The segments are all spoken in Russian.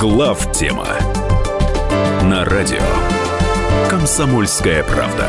Главтема на радио «Комсомольская правда».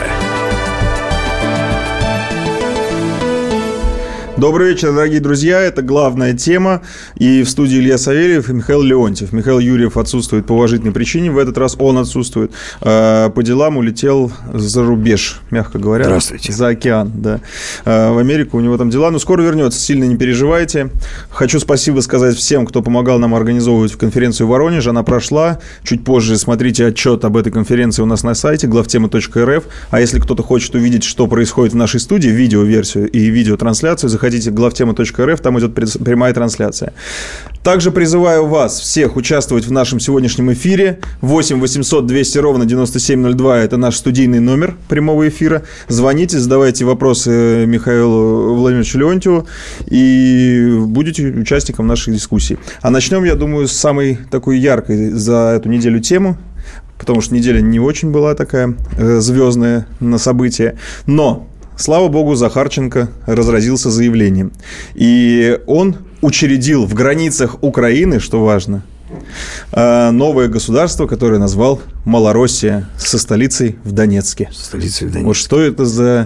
Добрый вечер, дорогие друзья. Это главная тема. И в студии Илья Савельев и Михаил Леонтьев. Михаил Юрьев отсутствует по уважительной причине. В этот раз он отсутствует. По делам улетел за рубеж, мягко говоря. Здравствуйте. За океан, да. В Америку у него там дела. Но скоро вернется, сильно не переживайте. Хочу спасибо сказать всем, кто помогал нам организовывать конференцию в Воронеже. Она прошла. Чуть позже смотрите отчет об этой конференции у нас на сайте главтема.рф. А если кто-то хочет увидеть, что происходит в нашей студии, видеоверсию и видеотрансляцию, заходите в главтема.рф, там идет прямая трансляция. Также призываю вас всех участвовать в нашем сегодняшнем эфире. 8 800 200 ровно 9702 – это наш студийный номер прямого эфира. Звоните, задавайте вопросы Михаилу Владимировичу Леонтьеву и будете участником нашей дискуссии. А начнем, я думаю, с самой такой яркой за эту неделю темы, потому что неделя не очень была такая звездная на события. Но слава богу, Захарченко разразился заявлением. И он учредил в границах Украины, что важно, новое государство, которое назвал Малороссия, со столицей в Донецке. Столицей в Донецке. Вот что это за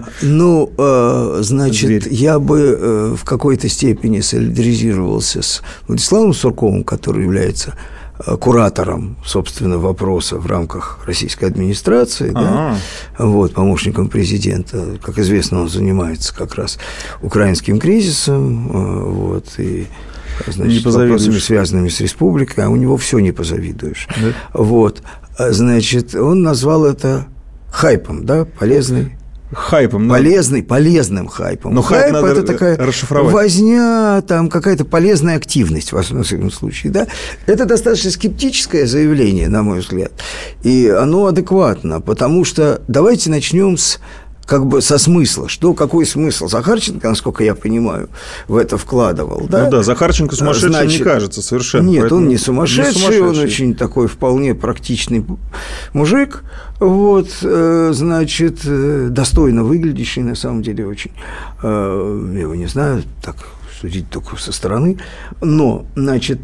значит, зверь? Я бы в какой-то степени солидаризировался с Владиславом Сурковым, который является куратором, собственно, вопроса в рамках российской администрации, да, вот, помощником президента. Как известно, он занимается как раз украинским кризисом, вот, и, значит, вопросами, связанными с республикой, а у него все не позавидуешь. Да? Вот, значит, он назвал это хайпом, да, полезный. Хайпом. Полезным хайпом. Но хайп надо это такая расшифровать. Возня, там какая-то полезная активность, в всяком случае. Да? Это достаточно скептическое заявление, на мой взгляд. И оно адекватно, потому что давайте начнем со смысла. Какой смысл Захарченко, насколько я понимаю, в это вкладывал. Да? Ну да, Захарченко сумасшедшим не кажется совершенно. Нет, поэтому он не сумасшедший, он очень такой вполне практичный мужик, вот, значит, достойно выглядящий, на самом деле, очень. Я его не знаю, так судить только со стороны. Но, значит,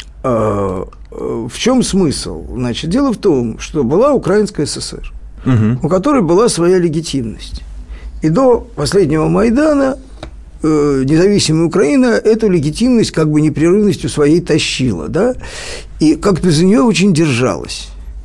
в чем смысл? Значит, дело в том, что была Украинская ССР, у которой была своя легитимность. И до последнего Майдана независимая Украина эту легитимность как бы непрерывностью своей тащила, да, и как-то за нее очень держалась.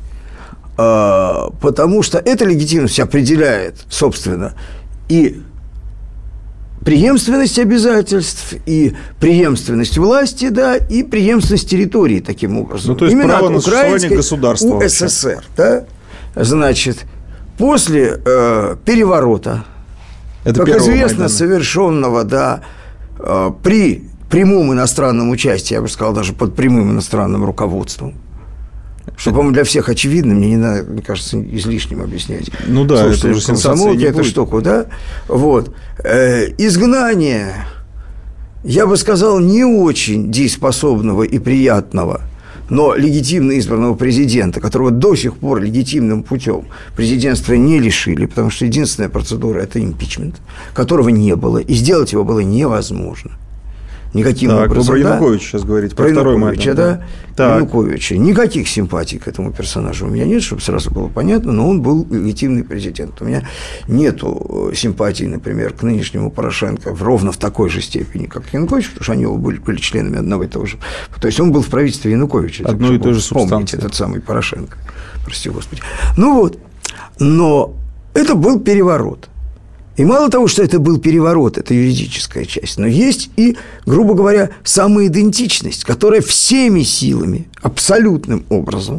Потому что эта легитимность определяет, собственно, и преемственность обязательств, и преемственность власти, да, и преемственность территории таким образом. Ну, то есть именно право на существование государства. УССР, да. Значит, после переворота, как известно, Майдана, совершенного, да, при прямом иностранном участии, я бы сказал, даже под прямым иностранным руководством, что, по-моему, для всех очевидно, мне не надо, мне кажется, излишним объяснять. Ну да, это уже сенсация не эту будет. Штуку, да, вот, изгнание, я бы сказал, не очень дееспособного и приятного, но легитимно избранного президента, которого до сих пор легитимным путем президентства не лишили, потому что единственная процедура – это импичмент, которого не было, и сделать его было невозможно. Никаким образом. Про Януковича сейчас говорите, про второй Майдан. Да, Януковича. Никаких симпатий к этому персонажу у меня нет, чтобы сразу было понятно, но он был легитимный президент. У меня нету симпатий, например, к нынешнему Порошенко ровно в такой же степени, как Янукович, потому что они оба были членами одного и того же. То есть он был в правительстве Януковича. Одной и той же субстанции. Помните, этот самый Порошенко. Прости господи. Ну вот, но это был переворот. И мало того, что это был переворот, это юридическая часть, но есть и, грубо говоря, самоидентичность, которая всеми силами, абсолютным образом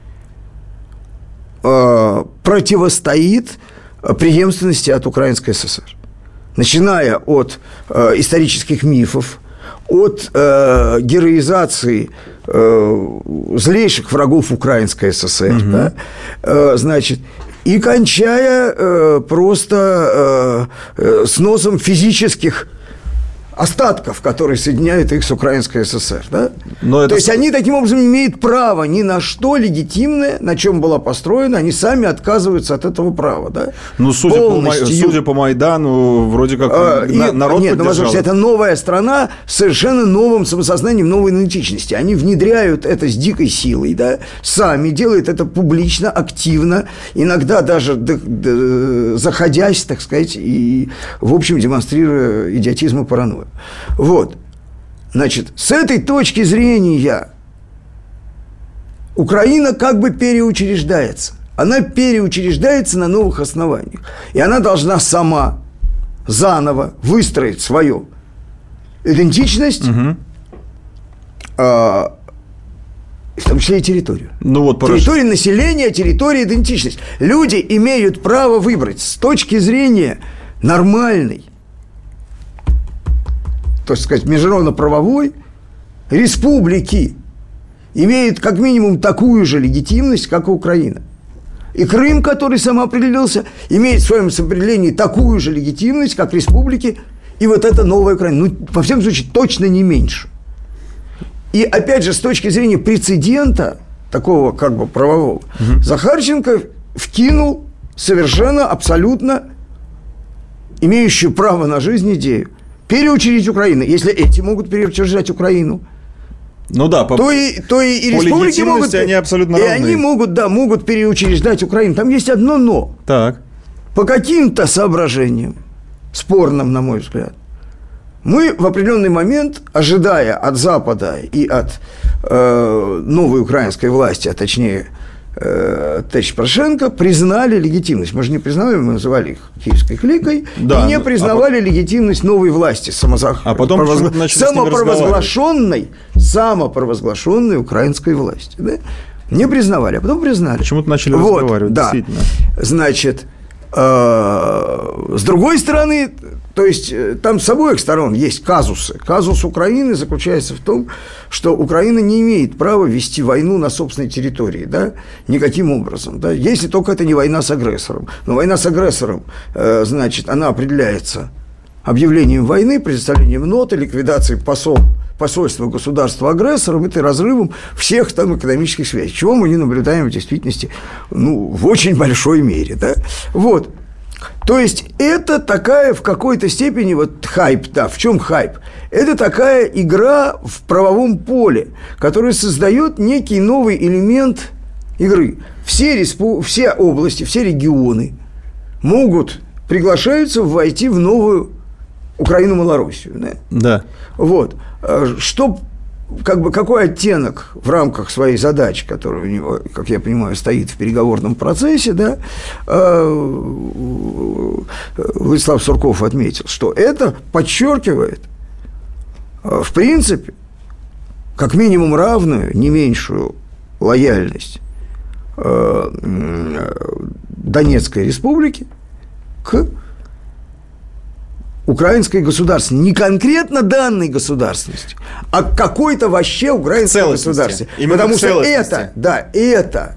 противостоит преемственности от Украинской ССР. Начиная от исторических мифов, от героизации злейших врагов Украинской ССР, да, значит, и кончая просто сносом физических остатков, которые соединяют их с Украинской ССР. Да? То есть они таким образом не имеют права ни на что легитимное, на чем была построена, они сами отказываются от этого права. Да? Ну, судя по Майдану, вроде как народ нет, поддержал. Это новая страна с совершенно новым самосознанием, новой идентичности. Они внедряют это с дикой силой, да? Сами делают это публично, активно, иногда даже заходясь, так сказать, и, в общем, демонстрируя идиотизм и паранойю. Вот. Значит, с этой точки зрения Украина как бы переучреждается. Она переучреждается на новых основаниях. И она должна сама заново выстроить свою идентичность, в том числе и территорию. Территория населения, территория, идентичность. Люди имеют право выбрать с точки зрения нормальной, так сказать, международно-правовой республики, имеют как минимум такую же легитимность, как и Украина. И Крым, который самоопределился, имеет в своем самоопределении такую же легитимность, как республики, и вот эта новая Украина. Ну, во всяком случае, точно не меньше. И, опять же, с точки зрения прецедента, такого как бы правового, Захарченко вкинул совершенно, абсолютно имеющую право на жизнь идею. Переучредить Украину. Если эти могут переучреждать Украину, то и республики могут. Они абсолютно равны. И они могут переучреждать Украину. Там есть одно «но». Так. По каким-то соображениям, спорным, на мой взгляд, мы в определенный момент, ожидая от Запада и от новой украинской власти, а точнее товарища Порошенко, признали легитимность. Мы же не признали, мы называли их киевской кликой, и не признавали легитимность новой власти, самопровозглашенной украинской власти. Да? Не признавали, а потом признали. Почему-то начали разговаривать, действительно. Значит, с другой стороны, то есть там с обоих сторон есть казусы. Казус Украины заключается в том, что Украина не имеет права вести войну на собственной территории, да, никаким образом, да, если только это не война с агрессором. Но война с агрессором, значит, она определяется объявлением войны, предоставлением ноты, ликвидацией посольства государства-агрессора, это разрывом всех там экономических связей, чего мы не наблюдаем в действительности, в очень большой мере, да, вот. То есть это такая в какой-то степени хайп, да, в чем хайп? Это такая игра в правовом поле, которая создает некий новый элемент игры. Все области, все регионы приглашаются войти в новую Украину-Малороссию. Да? Да. Вот. Какой оттенок в рамках своей задачи, которая у него, как я понимаю, стоит в переговорном процессе, да, Владислав Сурков отметил, что это подчеркивает, в принципе, как минимум равную, не меньшую лояльность Донецкой республики к украинской государственности, не конкретно данной государственности, а какой-то вообще украинской государственности. Потому что это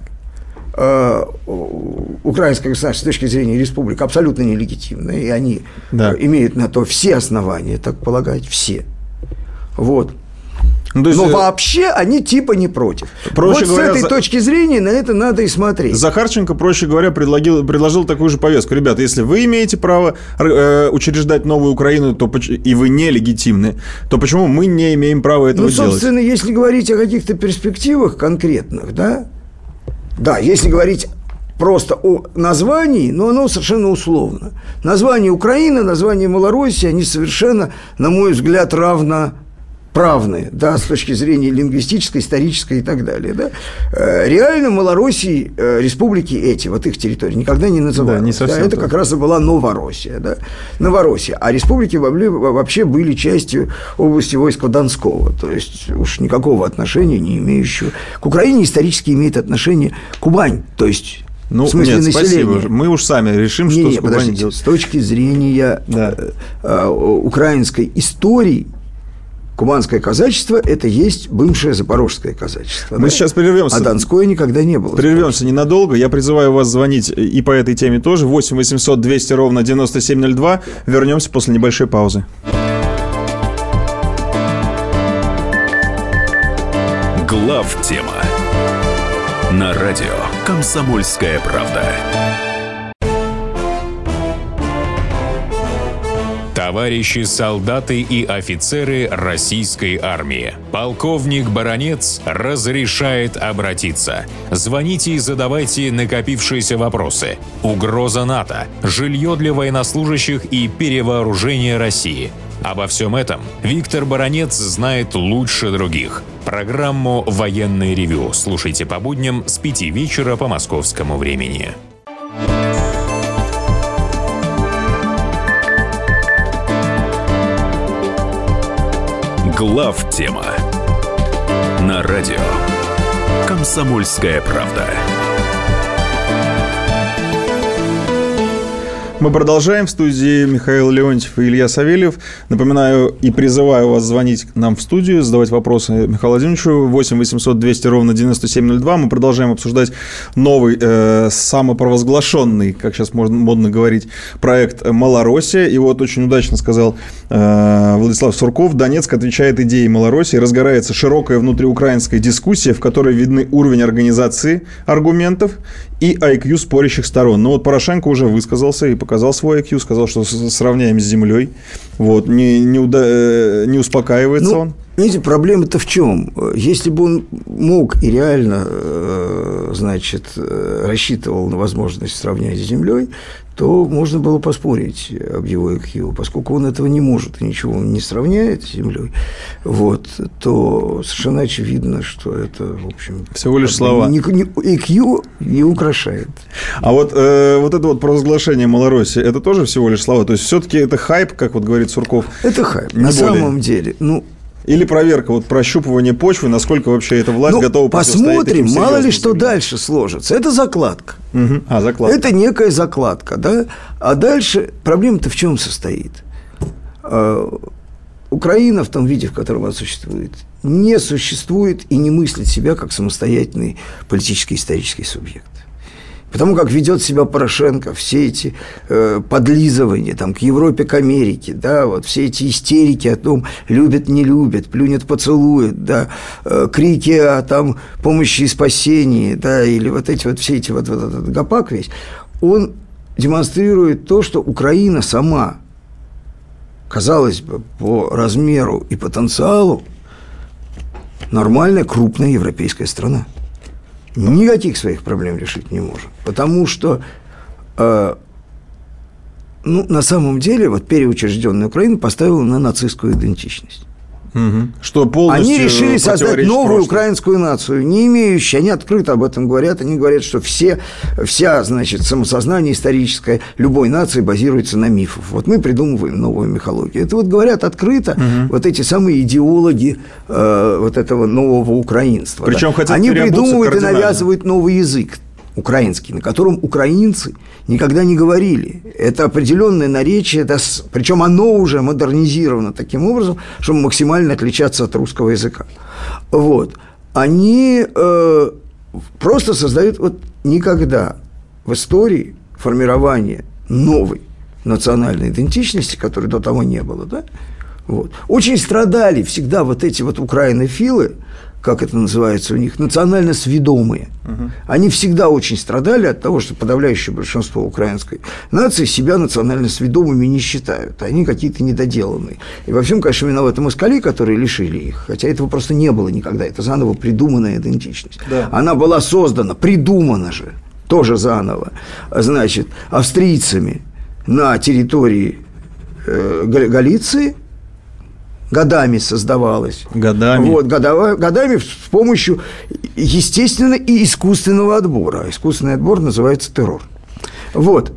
украинская государственность с точки зрения республик абсолютно нелегитимная, и они имеют на то все основания, так полагать, все. Вот. Но вообще они типа не против. С этой точки зрения на это надо и смотреть. Захарченко, проще говоря, предложил такую же повестку. Ребята, если вы имеете право учреждать новую Украину, и вы нелегитимны, то почему мы не имеем права этого делать? Собственно, если говорить о каких-то перспективах конкретных, да, если говорить просто о названии, но оно совершенно условно. Название Украины, название Малороссии, они совершенно, на мой взгляд, равноправные, да, с точки зрения лингвистической, исторической и так далее. Да. Реально Малороссии республики эти, их территории, никогда не назывались. Да, это как раз и была Новороссия. Да. Новороссия. А республики вообще были частью области войска Донского. То есть уж никакого отношения не имеющего. К Украине исторически имеет отношение Кубань. То есть в смысле населения. Спасибо. Мы уж сами решим, что с Кубанью делать. С точки зрения украинской истории, кубанское казачество – это есть бывшее запорожское казачество. Мы сейчас прервемся. А Донское никогда не было. Прервемся ненадолго. Я призываю вас звонить и по этой теме тоже. 8 800 200 ровно 9702. Вернемся после небольшой паузы. Главтема на радио «Комсомольская правда». Товарищи солдаты и офицеры российской армии. Полковник Баранец разрешает обратиться. Звоните и задавайте накопившиеся вопросы. Угроза НАТО, жилье для военнослужащих и перевооружение России. Обо всем этом Виктор Баранец знает лучше других. Программу «Военное ревю» слушайте по будням с 5 вечера по московскому времени. Главтема на радио «Комсомольская правда». Мы продолжаем. В студии Михаил Леонтьев и Илья Савельев. Напоминаю и призываю вас звонить нам в студию, задавать вопросы Михаилу Владимировичу. 8 800 200 ровно 9702. Мы продолжаем обсуждать новый, самопровозглашенный, как сейчас модно говорить, проект «Малороссия». И вот очень удачно сказал Владислав Сурков. Донецк отвечает идее Малороссии. Разгорается широкая внутриукраинская дискуссия, в которой видны уровень организации аргументов и IQ спорящих сторон. Но вот Порошенко уже высказался и показал свой IQ, сказал, что сравняем с землей. Вот. Не успокаивается он. Видите, проблема-то в чем? Если бы он мог и реально, рассчитывал на возможность сравнять с землей, то можно было поспорить об его IQ. Поскольку он этого не может и ничего не сравняет с землей, вот, то совершенно очевидно, что это, в общем... Всего лишь слова. IQ не украшает. А вот это вот провозглашение Малороссии, это тоже всего лишь слова? То есть, все-таки это хайп, как вот говорит Сурков? Это хайп. На самом деле, или проверка, вот прощупывание почвы, насколько вообще эта власть готова противостоять таким посмотрим, мало ли что заявлениям. дальше сложится. Это закладка. Закладка. Это некая закладка, да? А дальше проблема-то в чем состоит? Украина в том виде, в котором она существует, не существует и не мыслит себя как самостоятельный политический исторический субъект. Потому как ведет себя Порошенко, все эти подлизывания там, к Европе, к Америке, да, вот все эти истерики о том, любят, не любят, плюнет, поцелует, да, крики о там, помощи и спасении, да, или вот эти вот все эти вот этот гопак весь, он демонстрирует то, что Украина сама, казалось бы, по размеру и потенциалу нормальная, крупная европейская страна. Никаких своих проблем решить не может. Потому что, на самом деле, вот переучрежденная Украина поставила на нацистскую идентичность. Что полностью они решили создать новую украинскую нацию, не имеющую, они открыто об этом говорят, они говорят, что вся, самосознание историческое любой нации базируется на мифах. Вот мы придумываем новую мифологию. Это вот говорят открыто вот эти самые идеологи вот этого нового украинства. Причем да. хотят Они придумывают и навязывают новый язык украинский, на котором украинцы никогда не говорили. Это определенное наречие, причем оно уже модернизировано таким образом, чтобы максимально отличаться от русского языка. Вот. Они просто создают никогда в истории формирования новой национальной идентичности, которой до того не было, да? Вот. Очень страдали всегда вот эти вот украинофилы, как это называется у них, национально сведомые. Они всегда очень страдали от того, что подавляющее большинство украинской нации себя национально сведомыми не считают. Они какие-то недоделанные. И во всем, конечно, виноваты москали, которые лишили их. Хотя этого просто не было никогда. Это заново придуманная идентичность. Да. Она была создана, придумана же, тоже заново, австрийцами на территории Галиции. Годами создавалось. Годами с помощью естественного и искусственного отбора. Искусственный отбор называется террор. Вот,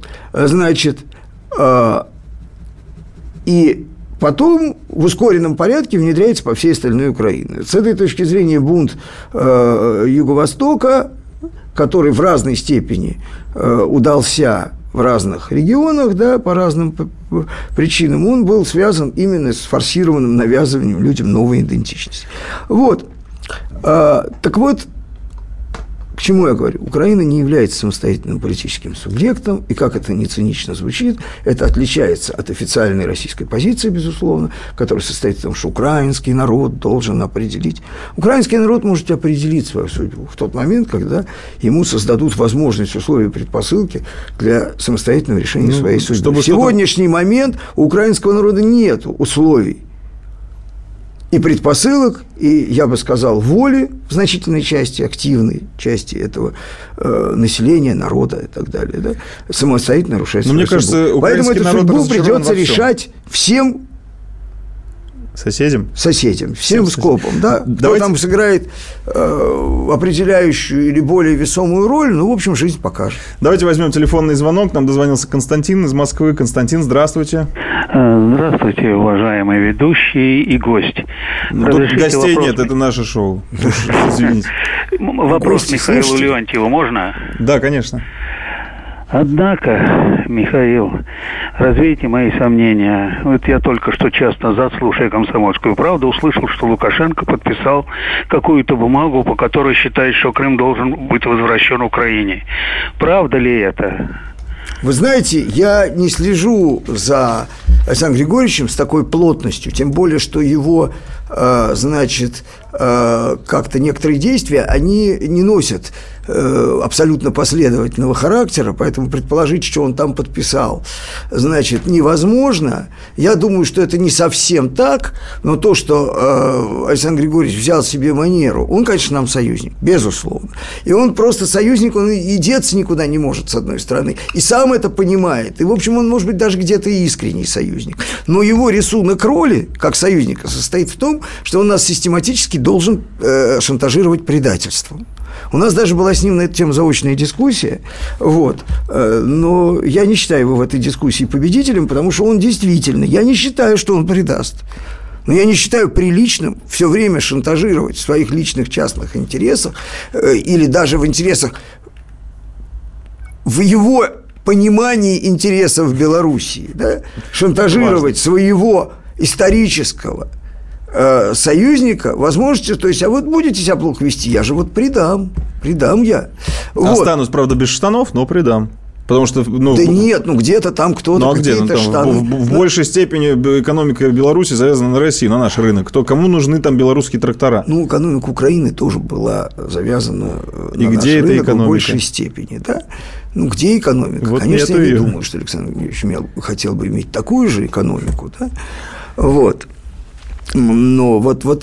и потом в ускоренном порядке внедряется по всей остальной Украине. С этой точки зрения бунт Юго-Востока, который в разной степени удался в разных регионах, да, по разным причинам, он был связан именно с форсированным навязыванием людям новой идентичности. Вот. Так вот, К чему я говорю? Украина не является самостоятельным политическим субъектом, и, как это не цинично звучит, это отличается от официальной российской позиции, безусловно, которая состоит в том, что украинский народ должен определить. Украинский народ может определить свою судьбу в тот момент, когда ему создадут возможность, условия, предпосылки для самостоятельного решения своей судьбы. В сегодняшний момент у украинского народа нет условий и предпосылок, и, я бы сказал, воли в значительной части, активной части этого населения, народа и так далее, да, самостоятельно нарушать свою судьбу. Кажется, поэтому эту судьбу придется решать всем соседям, всем скопом, да. Кто там сыграет определяющую или более весомую роль, в общем, жизнь покажет. Давайте возьмем телефонный звонок. Нам дозвонился Константин из Москвы. Константин, здравствуйте. Здравствуйте, уважаемый ведущий и гость. Тут гостей нет, это наше шоу. Извините. Вопрос Михаилу Леонтьеву можно? Да, конечно. Однако, Михаил, развейте мои сомнения. Вот я только что час назад, слушая «Комсомольскую правду», услышал, что Лукашенко подписал какую-то бумагу, по которой считает, что Крым должен быть возвращен Украине. Правда ли это? Вы знаете, я не слежу за Александром Григорьевичем с такой плотностью, тем более, что его, как-то некоторые действия, они не носят абсолютно последовательного характера, поэтому предположить, что он там подписал, невозможно. Я думаю, что это не совсем так, но то, что Александр Григорьевич взял себе манеру, он, конечно, нам союзник, безусловно. И он просто союзник, он и деться никуда не может, с одной стороны, и сам это понимает. И, в общем, он, может быть, даже где-то и искренний союзник. Но его рисунок роли, как союзника, состоит в том, что он нас систематически должен шантажировать предательством. У нас даже была с ним на эту тему заочная дискуссия, но я не считаю его в этой дискуссии победителем, потому что он действительно, я не считаю, что он предаст, но я не считаю приличным все время шантажировать в своих личных частных интересах или даже в интересах, в его понимании интересов Белоруссии, да, шантажировать своего исторического союзника, возможности, то есть, а вот будете себя плохо вести, я же предам я. Останусь, правда, без штанов, но предам. Потому что, да нет, где-то там кто-то, какие-то штаны. В большей степени экономика Беларуси завязана на Россию, на наш рынок. Кому нужны там белорусские трактора? Экономика Украины тоже была завязана на наш рынок в большей степени, да? Где экономика? Конечно, я не думаю, что Александр Григорьевич хотел бы иметь такую же экономику, да? Но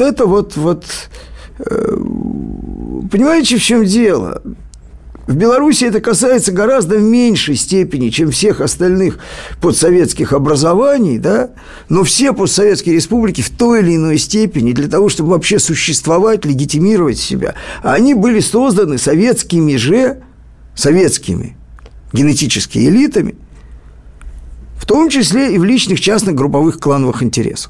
понимаете, в чем дело? В Беларуси это касается гораздо меньшей степени, чем всех остальных постсоветских образований, да? Но все постсоветские республики в той или иной степени для того, чтобы вообще существовать, легитимировать себя, они были созданы советскими генетическими элитами, в том числе и в личных частных групповых клановых интересах.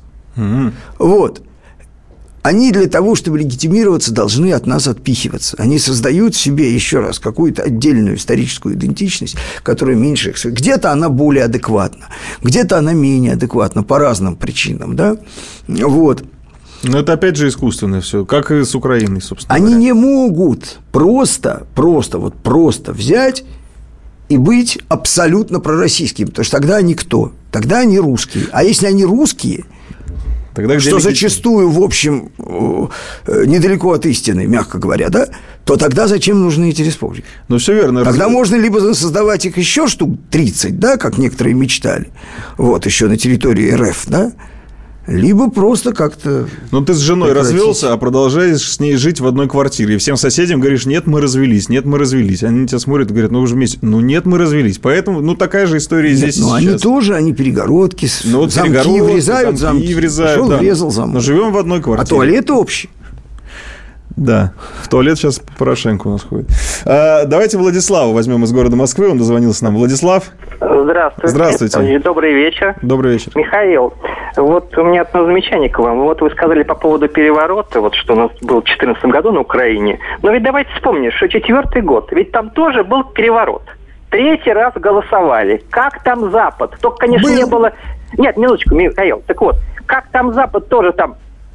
Они для того, чтобы легитимироваться, должны от нас отпихиваться. Они создают себе, еще раз, какую-то отдельную историческую идентичность, которая меньше их... Где-то она более адекватна, где-то она менее адекватна по разным причинам, да? Но это опять же искусственно все, как и с Украиной, собственно говоря. Они не могут просто взять и быть абсолютно пророссийскими, потому что тогда они кто? Тогда они русские. А если они русские... Тогда что зачастую, в общем, недалеко от истины, мягко говоря, да, то тогда зачем нужны эти республики? Все верно. Тогда можно либо создавать их еще штук 30, да, как некоторые мечтали, еще на территории РФ, да, либо просто как-то... Ты с женой развелся, а продолжаешь с ней жить в одной квартире. И всем соседям говоришь: нет, мы развелись. Они на тебя смотрят и говорят: вы же вместе. Нет, мы развелись. Поэтому, такая же история здесь сейчас. Они тоже, перегородки, замки врезают. Шел, врезал замок. Но живем в одной квартире. А туалет общий. Да, в туалет сейчас Порошенко у нас ходит. Давайте Владислава возьмем из города Москвы. Он дозвонился нам. Владислав. Здравствуйте. Здравствуйте. Добрый вечер. Добрый вечер. Михаил, у меня одно замечание к вам. Вы сказали по поводу переворота, что у нас был в 2014 году на Украине. Но ведь давайте вспомним, что 4-й год, ведь там тоже был переворот. 3-й раз голосовали. Как там Запад? Только, конечно, не было... Нет, минуточку, Михаил. Так вот, как там Запад тоже там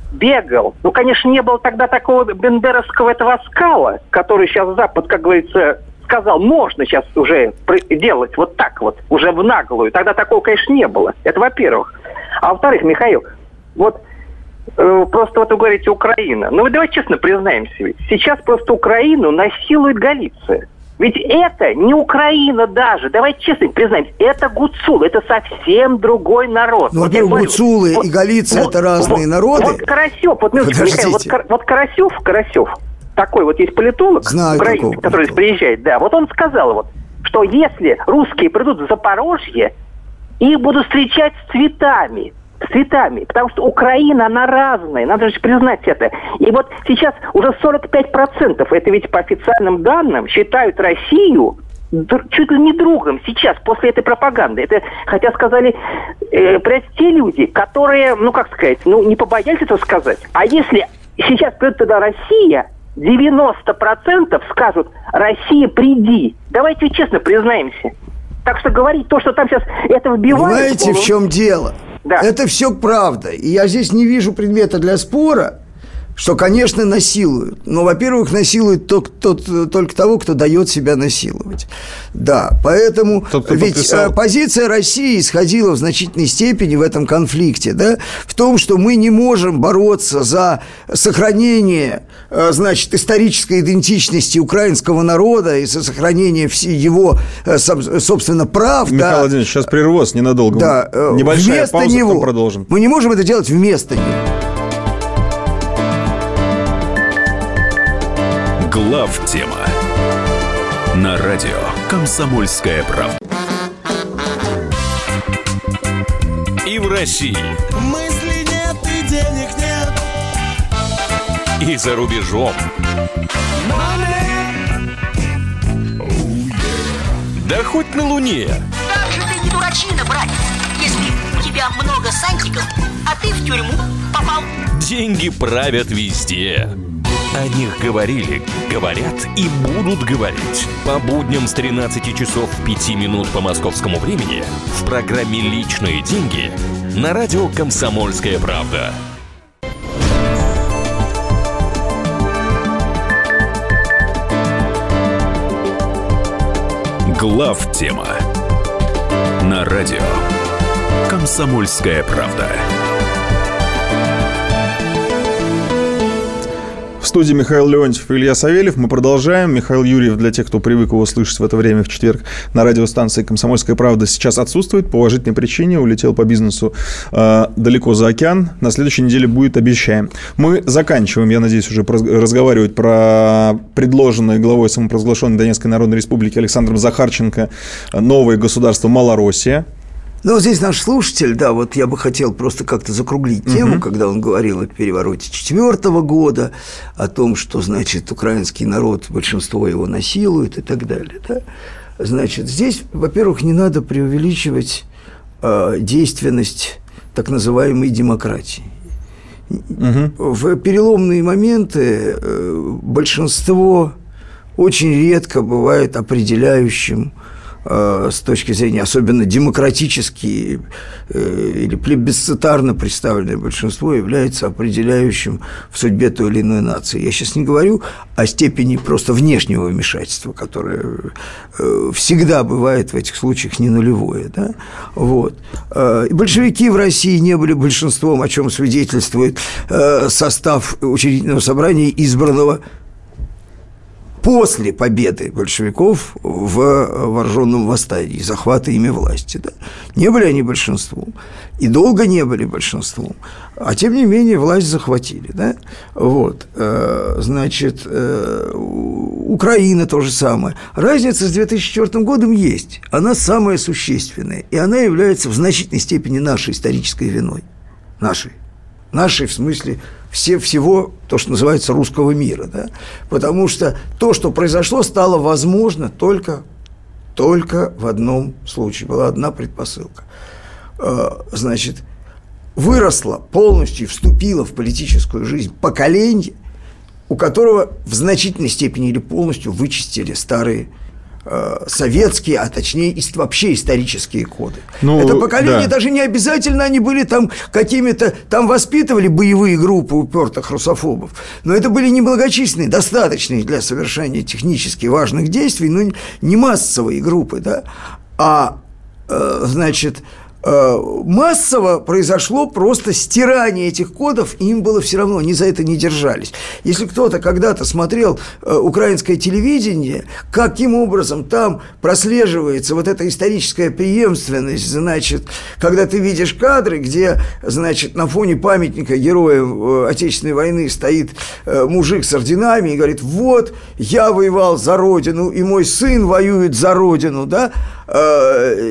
бегал. Ну, конечно, не было тогда такого бендеровского этого оскала, который сейчас Запад, как говорится, сказал, можно сейчас уже делать вот так вот, уже в наглую. Тогда такого, конечно, не было. Это во-первых. А во-вторых, Михаил, вот просто вот вы говорите Украина. Ну, вы давайте честно признаемся, ведь сейчас просто Украину насилует Галиция. Ведь это не Украина даже. Давайте честно признаемся, это гуцулы, это совсем другой народ. Ну, во-первых, гуцулы и Галиция это разные народы. Вот Карасев, вот Карасев, такой вот есть политолог, украинец, который здесь приезжает, да, вот он сказал вот, что если русские придут в Запорожье, их будут встречать с цветами, потому что Украина, она разная, надо же признать это. И вот сейчас уже 45%, это ведь по официальным данным, считают Россию чуть ли не другом сейчас, после этой пропаганды. Это, хотя сказали, те люди, которые, ну как сказать, ну не побоялись этого сказать. А если сейчас придет туда Россия, 90% скажут: Россия, приди. Давайте честно признаемся. Так что говорить то, что там сейчас это вбивают... Понимаете, в чем дело? Да. Это все правда. И я здесь не вижу предмета для спора, что, конечно, насилуют. Но, во-первых, насилуют только того, кто дает себя насиловать. Да, поэтому ведь позиция России исходила в значительной степени в этом конфликте, да, в том, что мы не можем бороться за сохранение, значит, исторической идентичности украинского народа и за сохранение его, собственно, прав. Михаил Владимирович, сейчас прерву вас ненадолго. Да, небольшая пауза, потом продолжим. Мы не можем это делать вместо него. Главтема на радио «Комсомольская правда». И в России. Мысли нет и денег нет. И за рубежом. Да хоть на Луне. Как же ты не дурачина, братец, если у тебя много сантиков, а ты в тюрьму попал. Деньги правят везде. О них говорили, говорят и будут говорить. По будням с 13 часов 5 минут по московскому времени в программе «Личные деньги» на радио «Комсомольская правда». Главтема на радио «Комсомольская правда». В студии Михаил Леонтьев и Илья Савельев. Мы продолжаем. Михаил Юрьев, для тех, кто привык его слышать в это время в четверг на радиостанции «Комсомольская правда», сейчас отсутствует по уважительной причине. Улетел по бизнесу далеко за океан. На следующей неделе будет, обещаем. Мы заканчиваем, я надеюсь, уже разговаривать про предложенное главой самопровозглашенной Донецкой Народной Республики Александром Захарченко новое государство Малороссия. Ну, вот здесь наш слушатель, да, вот я бы хотел просто как-то закруглить тему, когда он говорил о перевороте 2004 года, о том, что, значит, украинский народ, большинство его насилует и так далее, да. Значит, здесь, во-первых, не надо преувеличивать действенность так называемой демократии. В переломные моменты большинство очень редко бывает определяющим с точки зрения, особенно демократически или плебисцитарно представленное большинство является определяющим в судьбе той или иной нации. Я сейчас не говорю о степени просто внешнего вмешательства, которое всегда бывает в этих случаях не нулевое. Да? Вот. И большевики в России не были большинством, о чем свидетельствует состав учредительного собрания, избранного после победы большевиков в вооруженном восстании, захвата ими власти. Да. Не были они большинством, и долго не были большинством, а тем не менее власть захватили. Да. Вот. Значит, Украина то же самое. Разница с 2004 годом есть, она самая существенная, и она является в значительной степени нашей исторической виной. Нашей в смысле всего, то, что называется, русского мира. Да? Потому что то, что произошло, стало возможно только в одном случае. Была одна предпосылка. Значит, выросло полностью и вступило в политическую жизнь поколение, у которого в значительной степени или полностью вычистили старые советские, а точнее вообще исторические коды. Это поколение, даже не обязательно они были там какими-то, там воспитывали боевые группы упертых русофобов, но это были немногочисленные, достаточные для совершения технически важных действий, но не массовые группы, да, значит, массово произошло просто стирание этих кодов, и им было все равно, они за это не держались. Если кто-то когда-то смотрел украинское телевидение, каким образом там прослеживается вот эта историческая преемственность, значит, когда ты видишь кадры, где, значит, на фоне памятника героям Отечественной войны стоит мужик с орденами и говорит: вот, я воевал за Родину, и мой сын воюет за Родину, да, ну,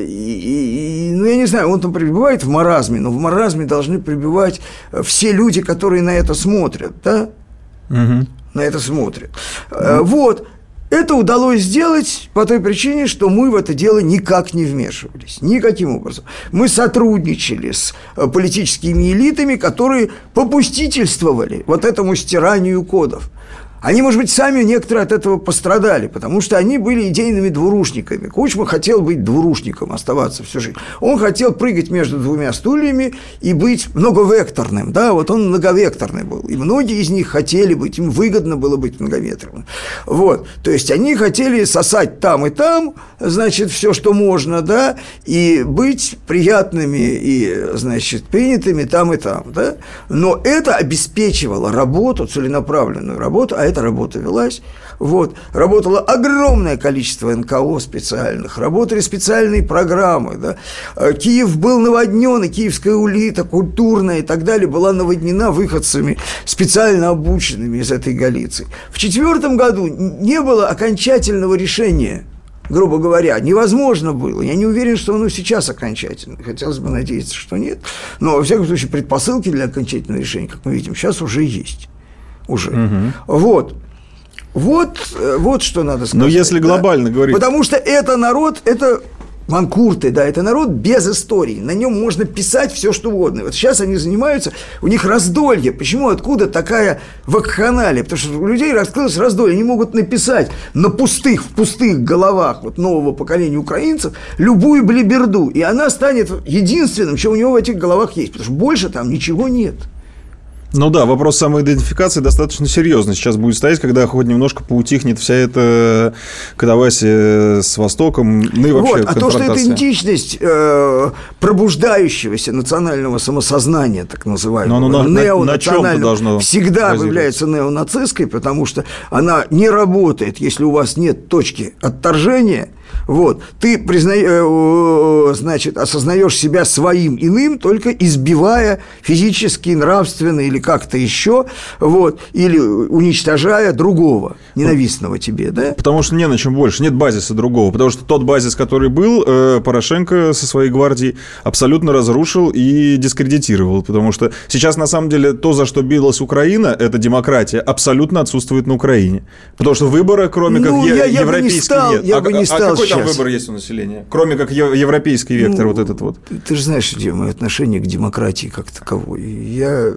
я не знаю, он там пребывает в маразме, но в маразме должны пребывать все люди, которые на это смотрят, да? На это смотрят. Вот. Это удалось сделать по той причине, что мы в это дело никак не вмешивались, никаким образом. Мы сотрудничали с политическими элитами, которые попустительствовали вот этому стиранию кодов. Они, может быть, сами некоторые от этого пострадали, потому что они были идейными двурушниками. Кучма хотел быть двурушником, оставаться всю жизнь. Он хотел прыгать между двумя стульями и быть многовекторным. Да, вот он многовекторный был. И многие из них хотели быть, им выгодно было быть многовекторным. Вот. То есть они хотели сосать там и там, значит, все, что можно, да, и быть приятными и, значит, принятыми там и там, да. Но это обеспечивало работу, целенаправленную работу, а эта работа велась. Вот. Работало огромное количество НКО специальных, работали специальные программы. Да. Киев был наводнен, и киевская улита, культурная и так далее, была наводнена выходцами, специально обученными из этой Галиции. В 2004 году не было окончательного решения, грубо говоря, невозможно было. Я не уверен, что оно сейчас окончательно. Хотелось бы надеяться, что нет. Но, во всяком случае, предпосылки для окончательного решения, как мы видим, сейчас уже есть. Уже. Вот. Вот что надо сказать. Но если глобально говорить... Потому что это народ, это манкурты, да, это народ без истории. На нем можно писать все, что угодно. Вот сейчас они занимаются, у них раздолье. Почему, откуда такая вакханалия? Потому что у людей раскрылось раздолье. Они могут написать в пустых головах вот нового поколения украинцев любую блиберду. И она станет единственным, что у него в этих головах есть. Потому что больше там ничего нет. Ну да, вопрос самоидентификации достаточно серьезный сейчас будет стоять, когда хоть немножко поутихнет вся эта катавасия с Востоком, ну и вообще вот, а то, что это идентичность пробуждающегося национального самосознания, так называемого, неонационального, всегда является неонацистской, потому что она не работает, если у вас нет точки отторжения. Вот. Ты значит, осознаешь себя своим иным, только избивая физически, нравственно или как-то еще, вот, или уничтожая другого, ненавистного тебе, да? Потому что не на чем больше, нет базиса другого, потому что тот базис, который был, Порошенко со своей гвардией абсолютно разрушил и дискредитировал, потому что сейчас, на самом деле, то, за что билась Украина, это демократия, абсолютно отсутствует на Украине, потому что выбора, кроме как европейский, нет. Я бы не стал какой сейчас. Там выбор есть у населения? Кроме как европейский вектор, вот этот вот. Ты же знаешь, где мое отношение к демократии как таковой. Я,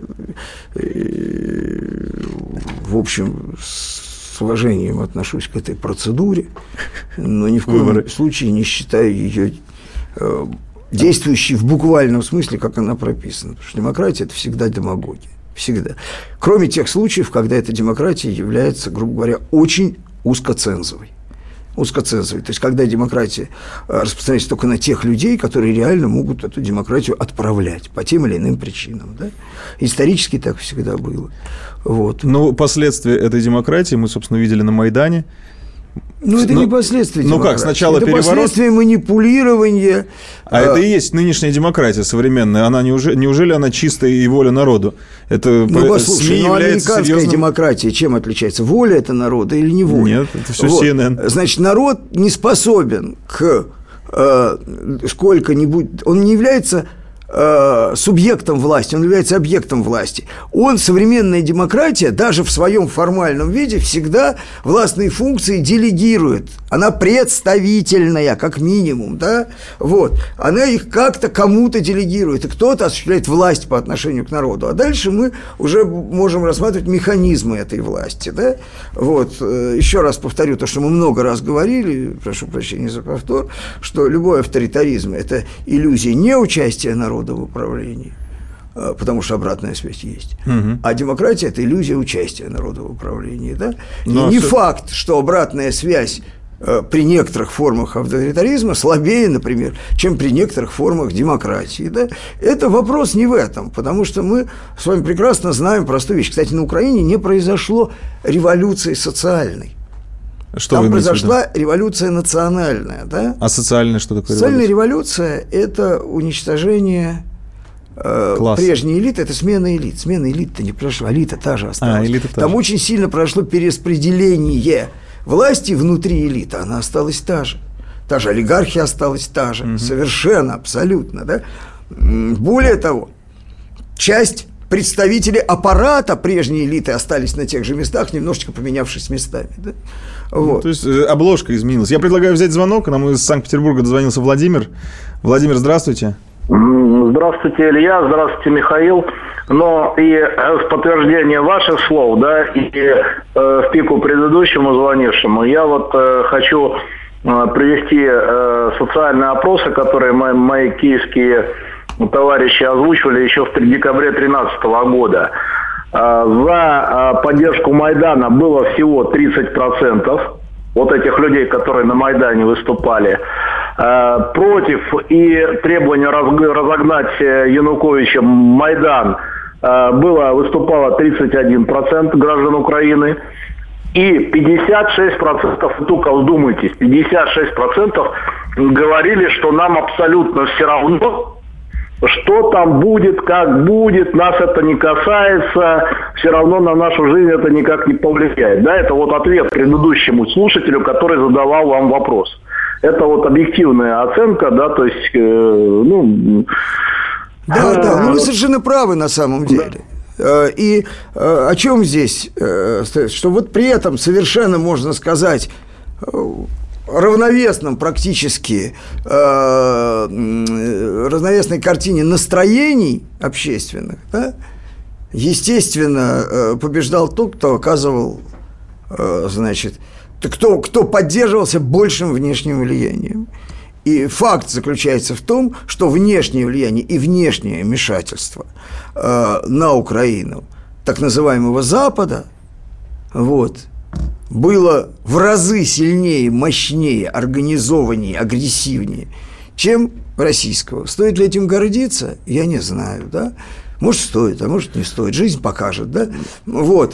в общем, с уважением отношусь к этой процедуре, но ни в коем случае не считаю ее действующей в буквальном смысле, как она прописана. Потому что демократия – это всегда демагогия. Всегда. Кроме тех случаев, когда эта демократия является, грубо говоря, очень узкоцензовой. Узкоцензовой. То есть, когда демократия распространяется только на тех людей, которые реально могут эту демократию отправлять по тем или иным причинам. Да? Исторически так всегда было. Вот. Ну, последствия этой демократии мы, собственно, видели на Майдане. Ну, это не последствия демократии. Ну как, сначала это переворот. Последствия манипулирования. А это и есть нынешняя демократия современная. Она неужели она чистая и воля народу? Это послушай, американская серьезным... демократия чем отличается? Воля это народа или не воля? Нет, это все вот. CNN. Значит, народ не способен к сколько-нибудь... Он не является субъектом власти, он является объектом власти. Современная демократия, даже в своем формальном виде, всегда властные функции делегирует. Она представительная, как минимум, да? Вот. Она их как-то кому-то делегирует, и кто-то осуществляет власть по отношению к народу. А дальше мы уже можем рассматривать механизмы этой власти, да? Вот. Еще раз повторю то, что мы много раз говорили, прошу прощения за повтор, что любой авторитаризм – это иллюзия неучастия народа в управлении, потому что обратная связь есть. А демократия – это иллюзия участия народа в управлении. Да? И не факт, что обратная связь при некоторых формах авторитаризма слабее, например, чем при некоторых формах демократии. Да? Это вопрос не в этом, потому что мы с вами прекрасно знаем простую вещь. Кстати, на Украине не произошло революции социальной. Там произошла революция национальная, да? А социальная что такое? Социальная революция – это уничтожение прежней элиты, это смена элит. Смена элит-то не прошла, элита та же осталась. Там очень сильно прошло перераспределение власти внутри элиты, она осталась та же. Та же олигархия осталась та же, совершенно, абсолютно, да? Более того, часть представители аппарата прежней элиты остались на тех же местах, немножечко поменявшись местами. Да? Вот. То есть обложка изменилась. Я предлагаю взять звонок. Нам из Санкт-Петербурга дозвонился Владимир. Владимир, здравствуйте. Здравствуйте, Илья. Здравствуйте, Михаил. Но и в подтверждение ваших слов, да, и в пику предыдущему звонившему, я вот хочу привести социальные опросы, которые мои киевские товарищи озвучивали еще в декабре 2013 года. За поддержку Майдана было всего 30%, вот этих людей, которые на Майдане выступали. Против и требования разогнать Януковича Майдан выступало 31% граждан Украины. И 56%, только вдумайтесь, 56% говорили, что нам абсолютно все равно, что там будет, как будет, нас это не касается, все равно на нашу жизнь это никак не повлияет. Да, это вот ответ предыдущему слушателю, который задавал вам вопрос. Это вот объективная оценка, да, то есть, Да, вы совершенно правы на самом деле. И о чем здесь? Что вот при этом совершенно можно сказать равновесном практически, равновесной картине настроений общественных, да, естественно, побеждал тот, кто оказывал, кто поддерживался большим внешним влиянием. И факт заключается в том, что внешнее влияние и внешнее вмешательство на Украину так называемого Запада было в разы сильнее, мощнее, организованнее, агрессивнее, чем российского. Стоит ли этим гордиться? Я не знаю, да? Может, стоит, а может, не стоит. Жизнь покажет, да? Вот.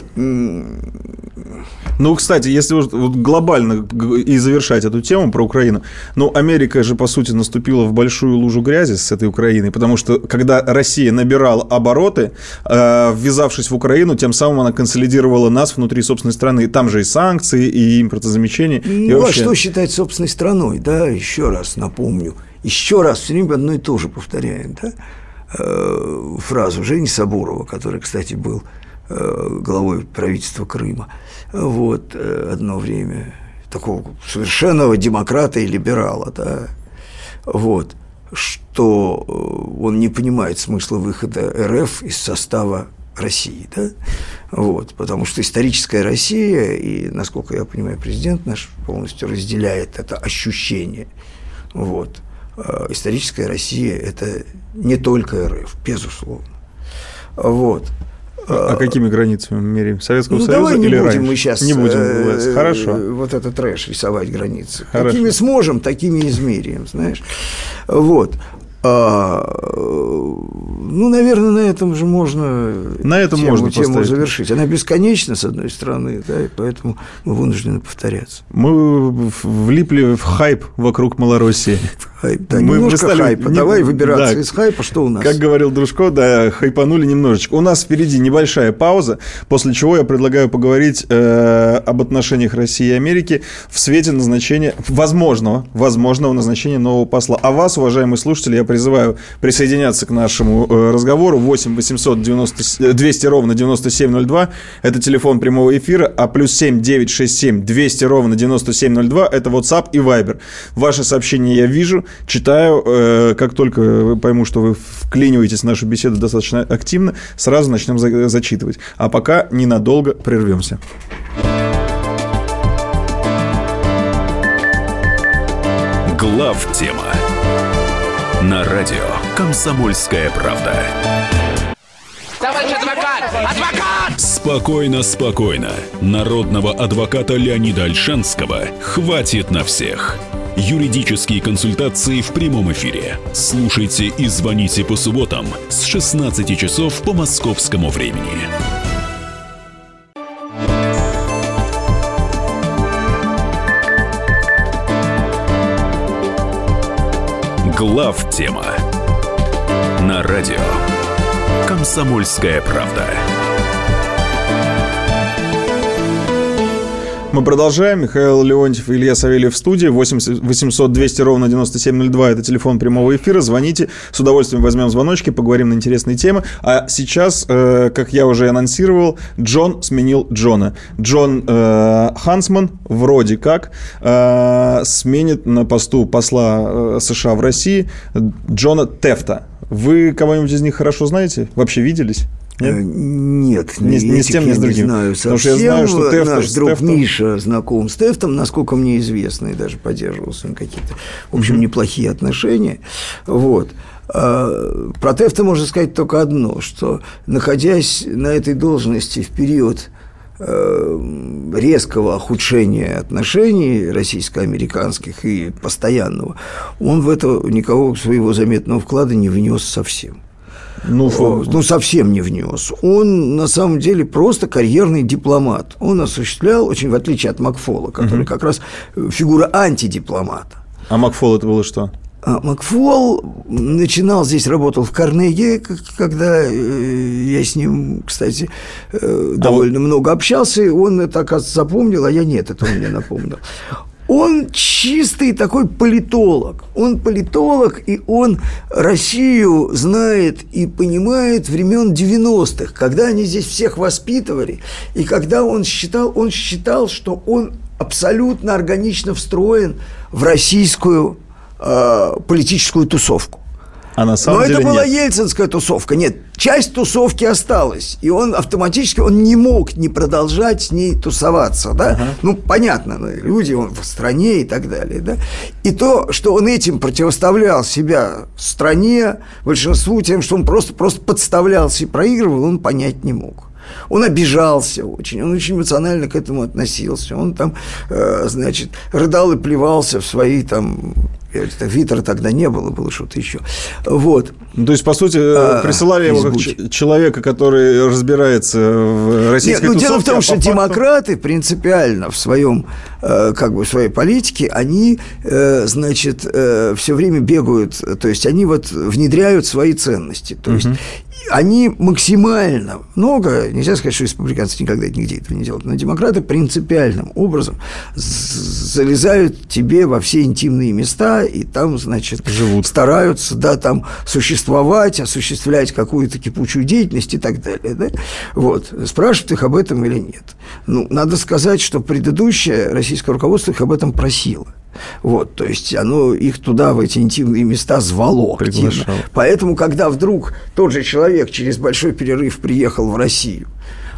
Ну, кстати, если вот глобально и завершать эту тему про Украину, Америка же, по сути, наступила в большую лужу грязи с этой Украиной, потому что, когда Россия набирала обороты, ввязавшись в Украину, тем самым она консолидировала нас внутри собственной страны. Там же и санкции, и импортозамещение. А что считать собственной страной, да? Еще раз напомню. Еще раз, все время одно и то же повторяем, да? Фразу Жени Сабурова, который, кстати, был главой правительства Крыма, одно время, такого совершенного демократа и либерала, да, что он не понимает смысла выхода РФ из состава России, да, потому что историческая Россия, и, насколько я понимаю, президент наш полностью разделяет это ощущение, историческая Россия – это не только РФ, безусловно. А какими границами мы меряем? Советского Союза или раньше? Мы сейчас не будем Хорошо. Вот этот трэш рисовать границы. Хорошо. Какими сможем, такими измеряем, знаешь. Наверное, на этом же можно тему завершить. Она бесконечна, с одной стороны, да, и поэтому мы вынуждены повторяться. Мы влипли в хайп вокруг Малороссии. Да, немножко хайпа. Давай выбираться из хайпа, что у нас. Как говорил Дружко, хайпанули немножечко. У нас впереди небольшая пауза, после чего я предлагаю поговорить об отношениях России и Америки в свете назначения, возможного назначения нового посла. А вас, уважаемые слушатели, я призываю присоединяться к нашему разговору. 8 800 200 ровно 9702. Это телефон прямого эфира. А +7 967 200 ровно 9702. Это WhatsApp и Viber. Ваши сообщения я вижу, читаю. Как только пойму, что вы вклиниваетесь в нашу беседу достаточно активно, сразу начнем зачитывать. А пока ненадолго прервемся. Главтема на радио «Комсомольская правда». Товарищ адвокат! Адвокат! Спокойно, спокойно. Народного адвоката Леонида Ольшанского хватит на всех. Юридические консультации в прямом эфире. Слушайте и звоните по субботам с 16 часов по московскому времени. Главтема на радио «Комсомольская правда». Мы продолжаем. Михаил Леонтьев и Илья Савельев в студии. 8 800 200 ровно 9702. Это телефон прямого эфира. Звоните. С удовольствием возьмем звоночки, поговорим на интересные темы. А сейчас, как я уже анонсировал, Джон сменил Джона. Джон Хансман вроде как сменит на посту посла США в России Джона Тефта. Вы кого-нибудь из них хорошо знаете? Вообще виделись? Нет, не с тем, ни с другим. Не знаю совсем. Потому что я знаю, что Тефт, наш друг Тефтом... Миша знаком с Тефтом, насколько мне известно, и даже поддерживал с ним какие-то, в общем, неплохие отношения. Вот. Про Тефта можно сказать только одно, что, находясь на этой должности в период резкого ухудшения отношений российско-американских и постоянного, он в это никакого своего заметного вклада не внес совсем. Ну, совсем не внес. Он, на самом деле, просто карьерный дипломат. Он осуществлял, очень в отличие от Макфола, который как раз фигура антидипломата. А Макфол это было что? Макфол начинал здесь, работал в Карнеге, когда я с ним, кстати, довольно много общался, и он это, оказывается, запомнил, а я нет, это он мне напомнил. Он чистый такой политолог. Он политолог, и он Россию знает и понимает времен 90-х, когда они здесь всех воспитывали, и когда он считал, что он абсолютно органично встроен в российскую политическую тусовку. А на самом деле это была нет. ельцинская тусовка. Нет, часть тусовки осталась. И он автоматически не мог не продолжать с ней тусоваться. Да? Ну, понятно, люди, он в стране и так далее. Да? И то, что он этим противоставлял себя стране, большинству тем, что он просто подставлялся и проигрывал, он понять не мог. Он обижался очень, он очень эмоционально к этому относился. Он там, рыдал и плевался в свои там... Твиттера тогда не было, было что-то еще. Вот. То есть, по сути, присылали его как человека, который разбирается в российской тусовке. Дело в том, что демократы принципиально в своем, в своей политике, они, все время бегают, то есть, они внедряют свои ценности. То есть, они максимально много, нельзя сказать, что республиканцы никогда нигде этого не делают, но демократы принципиальным образом залезают тебе во все интимные места и там, живут, стараются, там существовать, осуществлять какую-то кипучую деятельность и так далее. Да? Вот. Спрашивают их об этом или нет. Надо сказать, что предыдущее российское руководство их об этом просило. Вот, то есть оно их туда, в эти интимные места, звало активно. Поэтому, когда вдруг тот же человек через большой перерыв приехал в Россию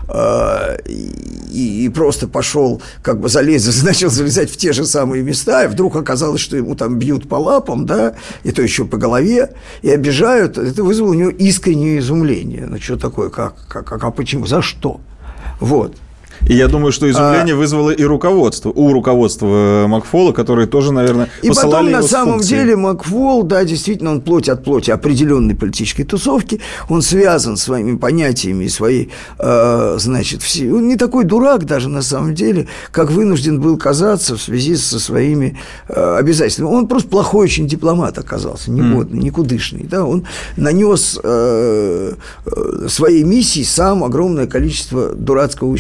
и просто пошел, начал залезать в те же самые места, и вдруг оказалось, что ему там бьют по лапам, да, и то еще по голове, и обижают, это вызвало у него искреннее изумление. Что такое, а почему, за что? Вот. И я думаю, что изумление вызвало и у руководства Макфола, которые тоже, наверное, посылали его с функцией. И потом, на самом деле, Макфол, да, действительно, он плоть от плоти определенной политической тусовки, он связан своими понятиями и своей, он не такой дурак даже, на самом деле, как вынужден был казаться в связи со своими обязательствами. Он просто плохой очень дипломат оказался, негодный, никудышный, да, он нанес своей миссии сам огромное количество дурацкого ущерба. Понятно,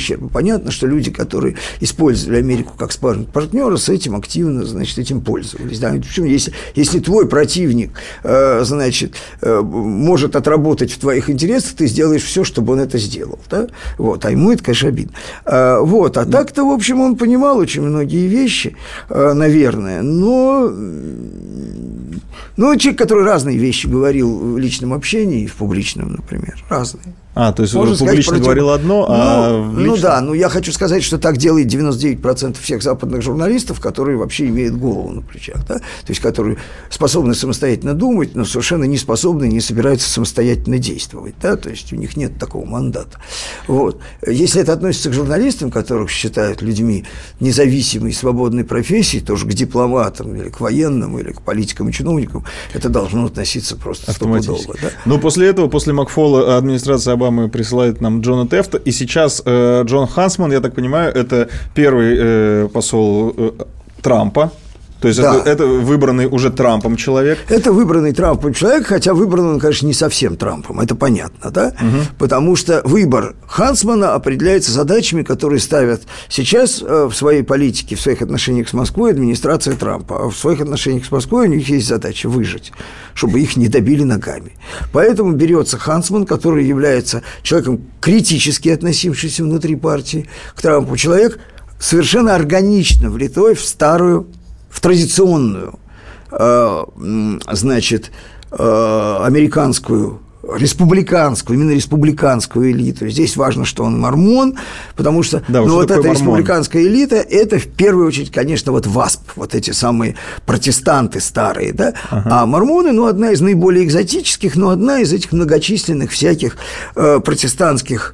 понятно, что люди, которые использовали Америку как спарринг-партнера, с этим активно, значит, этим пользовались. Да? Причем, если твой противник, значит, может отработать в твоих интересах, ты сделаешь все, чтобы он это сделал. Да? Вот. А ему это, конечно, обидно. Вот. А так-то, в общем, он понимал очень многие вещи, наверное, но человек, который разные вещи говорил в личном общении и в публичном, например, разные. То есть он публично говорил одно, а в личном... я хочу сказать, что так делает 99% всех западных журналистов, которые вообще имеют голову на плечах, да? То есть которые способны самостоятельно думать, но совершенно не способны, не собираются самостоятельно действовать, да? То есть у них нет такого мандата. Вот. Если это относится к журналистам, которых считают людьми независимой, свободной профессии, тоже к дипломатам или к военным, или к политикам и чиновникам, это должно относиться просто стопудово. Да? Но после этого, после Макфола, администрация Обамы присылает нам Джона Тефта, и сейчас Джон Хансман, я так понимаю, это первый посол Трампа. То есть это выбранный уже Трампом человек? Это выбранный Трампом человек, хотя выбран он, конечно, не совсем Трампом, это понятно, да? Потому что выбор Хансмана определяется задачами, которые ставят сейчас в своей политике, в своих отношениях с Москвой администрация Трампа. А в своих отношениях с Москвой у них есть задача выжить, чтобы их не добили ногами. Поэтому берется Хансман, который является человеком, критически относившимся внутри партии к Трампу, человек, совершенно органично влитой в традиционную, значит, американскую, именно республиканскую элиту. Здесь важно, что он мормон, потому что вот эта республиканская элита – это в первую очередь, конечно, вот ВАСП, вот эти самые протестанты старые, да? А мормоны, одна из наиболее экзотических, но одна из этих многочисленных всяких протестантских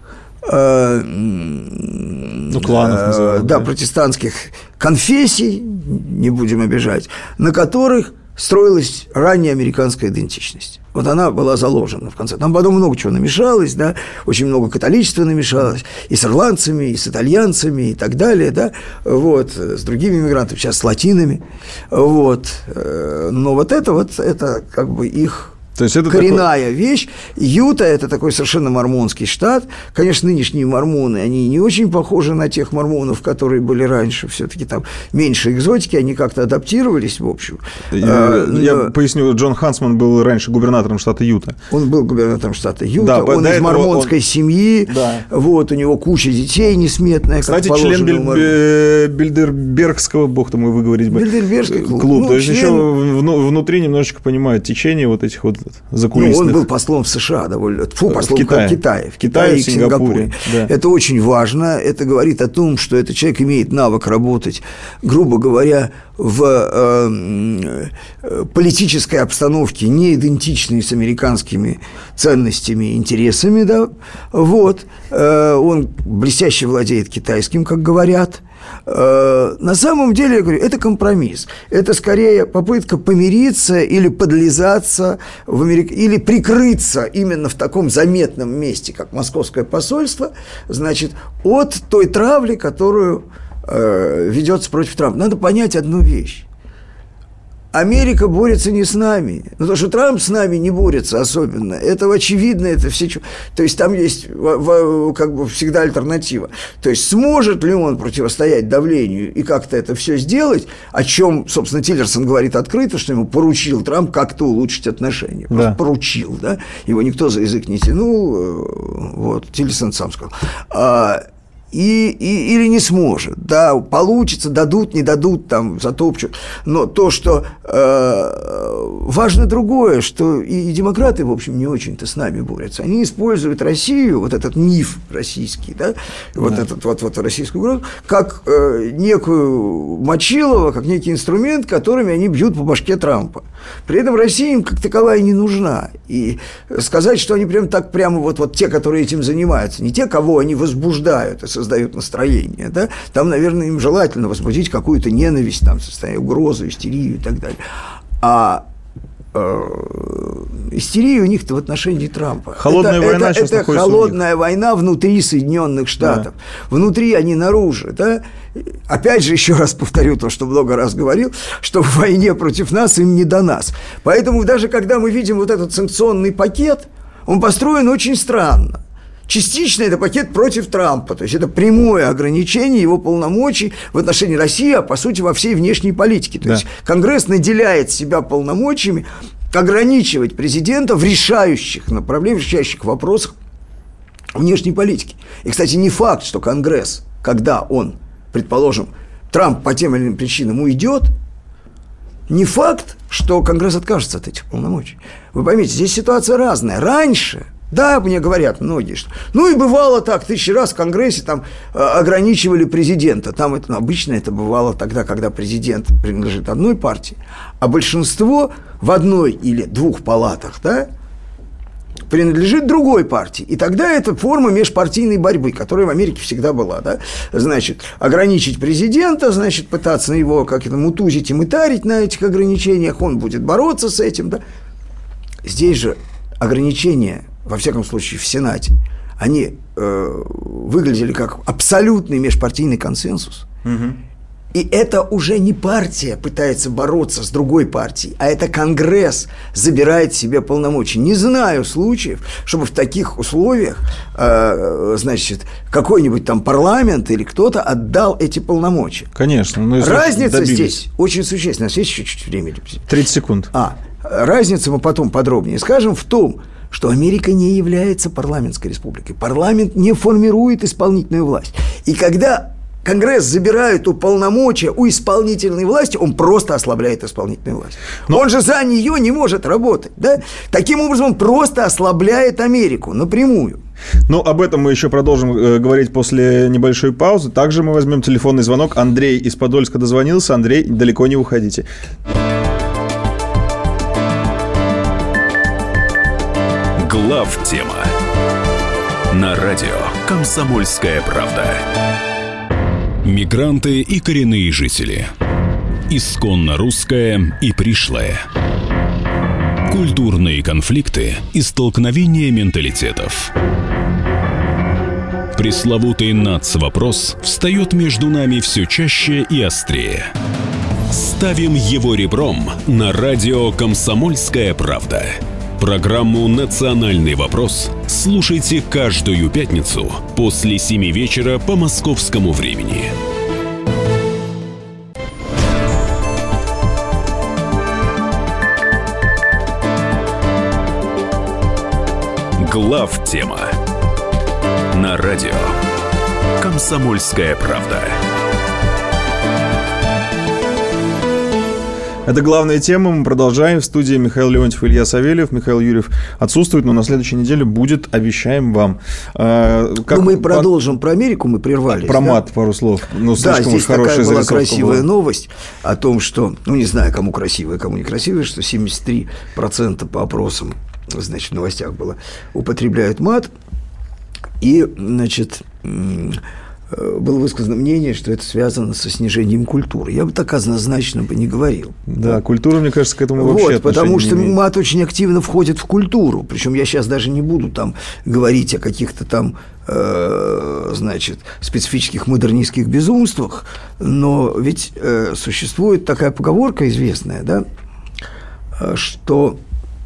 кланов, протестантских конфессий, не будем обижать, на которых строилась ранняя американская идентичность. Вот она была заложена в конце. Там потом много чего намешалось, да, очень много католичества намешалось, и с ирландцами, и с итальянцами, и так далее, да, вот, с другими иммигрантами, сейчас с латинами, вот. Но вот это как бы их... То есть это коренная вещь. Юта – это такой совершенно мормонский штат. Конечно, нынешние мормоны, они не очень похожи на тех мормонов, которые были раньше. Все-таки там меньше экзотики, они как-то адаптировались, в общем. Я поясню, Джон Хансман был раньше губернатором штата Юта. Он был губернатором штата Юта, он из мормонской семьи, вот, у него куча детей несметная, кстати, член Бильдербергского, бог там его выговорить бы, Бильдербергский клуб. То есть еще внутри немножечко понимает течение вот этих вот закулисных. Он был послом в США послом в Китае и в Сингапуре. Да. Это очень важно. Это говорит о том, что этот человек имеет навык работать, грубо говоря, в политической обстановке, не идентичной с американскими ценностями и интересами. Да? Вот. Он блестяще владеет китайским, как говорят. На самом деле, я говорю, это компромисс. Это скорее попытка помириться или подлизаться в или прикрыться именно в таком заметном месте, как московское посольство, значит, от той травли, которую ведется против Трампа. Надо понять одну вещь. Америка борется не с нами. Но то, что Трамп с нами не борется особенно, это очевидно, это все... То есть там есть как бы всегда альтернатива. То есть сможет ли он противостоять давлению и как-то это все сделать, о чем, собственно, Тиллерсон говорит открыто, что ему поручил Трамп как-то улучшить отношения. Просто поручил, да? Его никто за язык не тянул. Вот, Тиллерсон сам сказал. Или не сможет, да, получится, дадут, не дадут, там, затопчут. Но то, что важно другое, что и демократы, в общем, не очень-то с нами борются. Они используют Россию, вот этот миф российский, да, вот российскую угрозу, как некую мочилово, как некий инструмент, которыми они бьют по башке Трампа. При этом Россия им как таковая не нужна. И сказать, что они прямо вот те, которые этим занимаются, не те, кого они возбуждают и создают настроение, да, там, наверное, им желательно возбудить какую-то ненависть, там, состояние угрозы, истерию и так далее. А истерия у них-то в отношении Трампа. Холодная война сейчас это холодная война внутри Соединенных Штатов. Да. Внутри, а не наружу. Да? Опять же, еще раз повторю то, что много раз говорил, что в войне против нас им не до нас. Поэтому даже когда мы видим вот этот санкционный пакет, он построен очень странно. частично это пакет против Трампа. То есть это прямое ограничение его полномочий в отношении России, а по сути во всей внешней политике. То есть Конгресс наделяет себя полномочиями ограничивать президента в решающих направлениях, в решающих вопросах внешней политики. И, кстати, не факт, что Конгресс, когда он, предположим, Трамп по тем или иным причинам уйдет, не факт, что Конгресс откажется от этих полномочий. Вы поймите, здесь ситуация разная. Раньше, да, мне говорят многие, что ну и бывало так, 1000 раз в Конгрессе там ограничивали президента. Там это, обычно это бывало тогда, когда президент принадлежит одной партии, а большинство в одной или двух палатах, да, принадлежит другой партии. И тогда это форма межпартийной борьбы, которая в Америке всегда была. Да? Значит, ограничить президента, значит, пытаться его как-то мутузить и мытарить на этих ограничениях, он будет бороться с этим. Да? Здесь же ограничения, во всяком случае, в Сенате, они выглядели как абсолютный межпартийный консенсус. И это уже не партия пытается бороться с другой партией, а это Конгресс забирает себе полномочия. Не знаю случаев, чтобы в таких условиях, значит, какой-нибудь там парламент или кто-то отдал эти полномочия. Конечно. Но разница здесь очень существенная. У нас есть еще чуть-чуть времени? 30 секунд. Разница, мы потом подробнее скажем, в том, что Америка не является парламентской республикой. Парламент не формирует исполнительную власть. И когда Конгресс забирает полномочия у исполнительной власти, он просто ослабляет исполнительную власть. Он же за нее не может работать. Да? Таким образом, он просто ослабляет Америку напрямую. Ну, об этом мы еще продолжим говорить после небольшой паузы. Также мы возьмем телефонный звонок. Андрей из Подольска дозвонился. Андрей, далеко не уходите. Главтема на радио «Комсомольская правда». Мигранты и коренные жители. Исконно русское и пришлое. Культурные конфликты и столкновения менталитетов. Пресловутый нацвопрос встает между нами все чаще и острее. Ставим его ребром на радио «Комсомольская правда». Программу «Национальный вопрос» слушайте каждую пятницу после 7 вечера по московскому времени. Главтема на радио «Комсомольская правда». Это главная тема. Мы продолжаем. В студии Михаил Леонтьев и Илья Савельев. Михаил Юрьев отсутствует, но на следующей неделе будет, обещаем вам. Мы продолжим про Америку, мы прервались. Про мат пару слов. Да, здесь такая была красивая новость о том, что, ну, не знаю, кому красивая, кому не красивая, что 73% по опросам, значит, в новостях было, употребляют мат. И, значит, было высказано мнение, что это связано со снижением культуры. Я бы так однозначно бы не говорил. Да, культура, мне кажется, к этому вообще потому что мат очень активно входит в культуру. Причем я сейчас даже не буду там говорить о каких-то там, значит, специфических модернистских безумствах, но ведь существует такая поговорка известная, да, что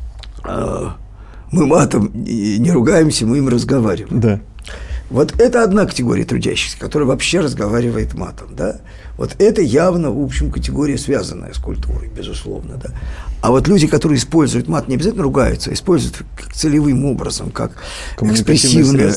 мы матом не ругаемся, мы им разговариваем. Да. Вот это одна категория трудящихся, которая вообще разговаривает матом, да. Вот это явно, в общем, категория, связанная с культурой, безусловно, да. А вот люди, которые используют мат, не обязательно ругаются, а используют как целевым образом, как экспрессивную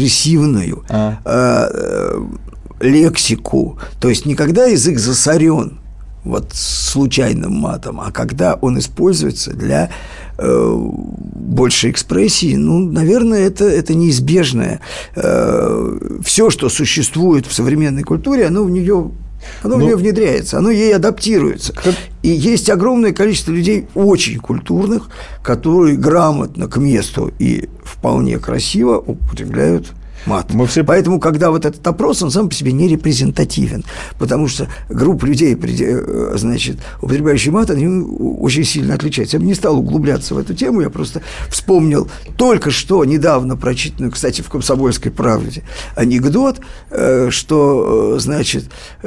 лексику. То есть не когда язык засорен вот случайным матом, а когда он используется для большей экспрессии, ну, наверное, это неизбежное. Все, что существует в современной культуре, оно в нее внедряется, оно ей адаптируется. И есть огромное количество людей очень культурных, которые грамотно к месту и вполне красиво употребляют мат. Поэтому, когда вот этот опрос, он сам по себе не репрезентативен, потому что группа людей, значит, употребляющих мат, они очень сильно отличаются. Я бы не стал углубляться в эту тему, я просто вспомнил только что недавно прочитанную, кстати, в «Комсомольской правде» анекдот, что, значит,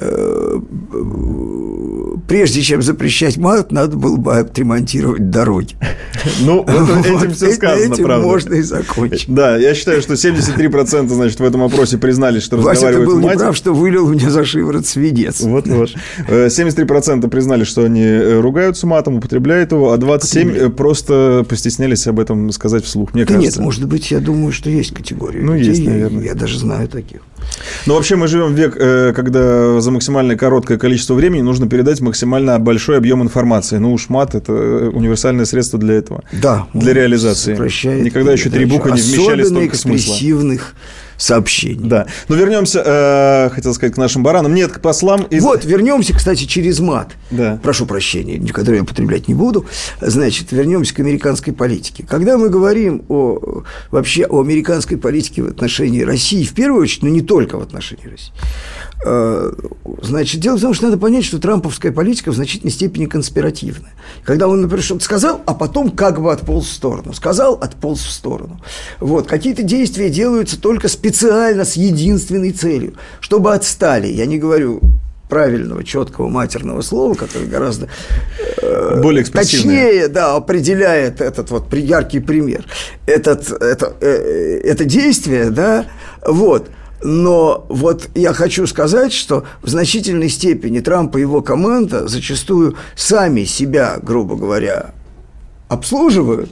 прежде чем запрещать мат, надо было бы отремонтировать дороги. Ну, этим все сказано, этим правда. можно и закончить. Да, я считаю, что 73%, значит, в этом опросе признались, что разговаривают в мате. Вася, ты был неправ, что вылил мне за шиворот свинец. Вот. 73% признали, что они ругаются матом, употребляют его, а 27% просто постеснялись об этом сказать вслух, мне кажется. Нет, может быть, я думаю, что есть категория людей. Есть, наверное. Я даже знаю таких. Но вообще мы живем в век, когда за максимально короткое количество времени нужно передать максимально большой объем информации. Ну уж мат – это универсальное средство для этого. Да. Для реализации. Никогда еще 3 буквы не вмещали столько смысла. Экспрессивных сообщений. Да. Но вернемся, хотел сказать, к нашим баранам. Нет, к послам. Вот, вернемся, кстати, через мат. Да. Прошу прощения, который я употреблять не буду. Значит, вернемся к американской политике. Когда мы говорим вообще о американской политике в отношении России, в первую очередь, но не только в отношении России, значит, дело в том, что надо понять, что трамповская политика в значительной степени конспиративная. Когда он, например, что-то сказал, а потом как бы отполз в сторону. Сказал, отполз в сторону. Вот. Какие-то действия делаются только специально с единственной целью, чтобы отстали. Я не говорю правильного, четкого матерного слова, которое гораздо более точнее, да, определяет этот вот яркий пример. Это действие, да, вот. Но вот я хочу сказать, что в значительной степени Трамп и его команда зачастую сами себя, грубо говоря, обслуживают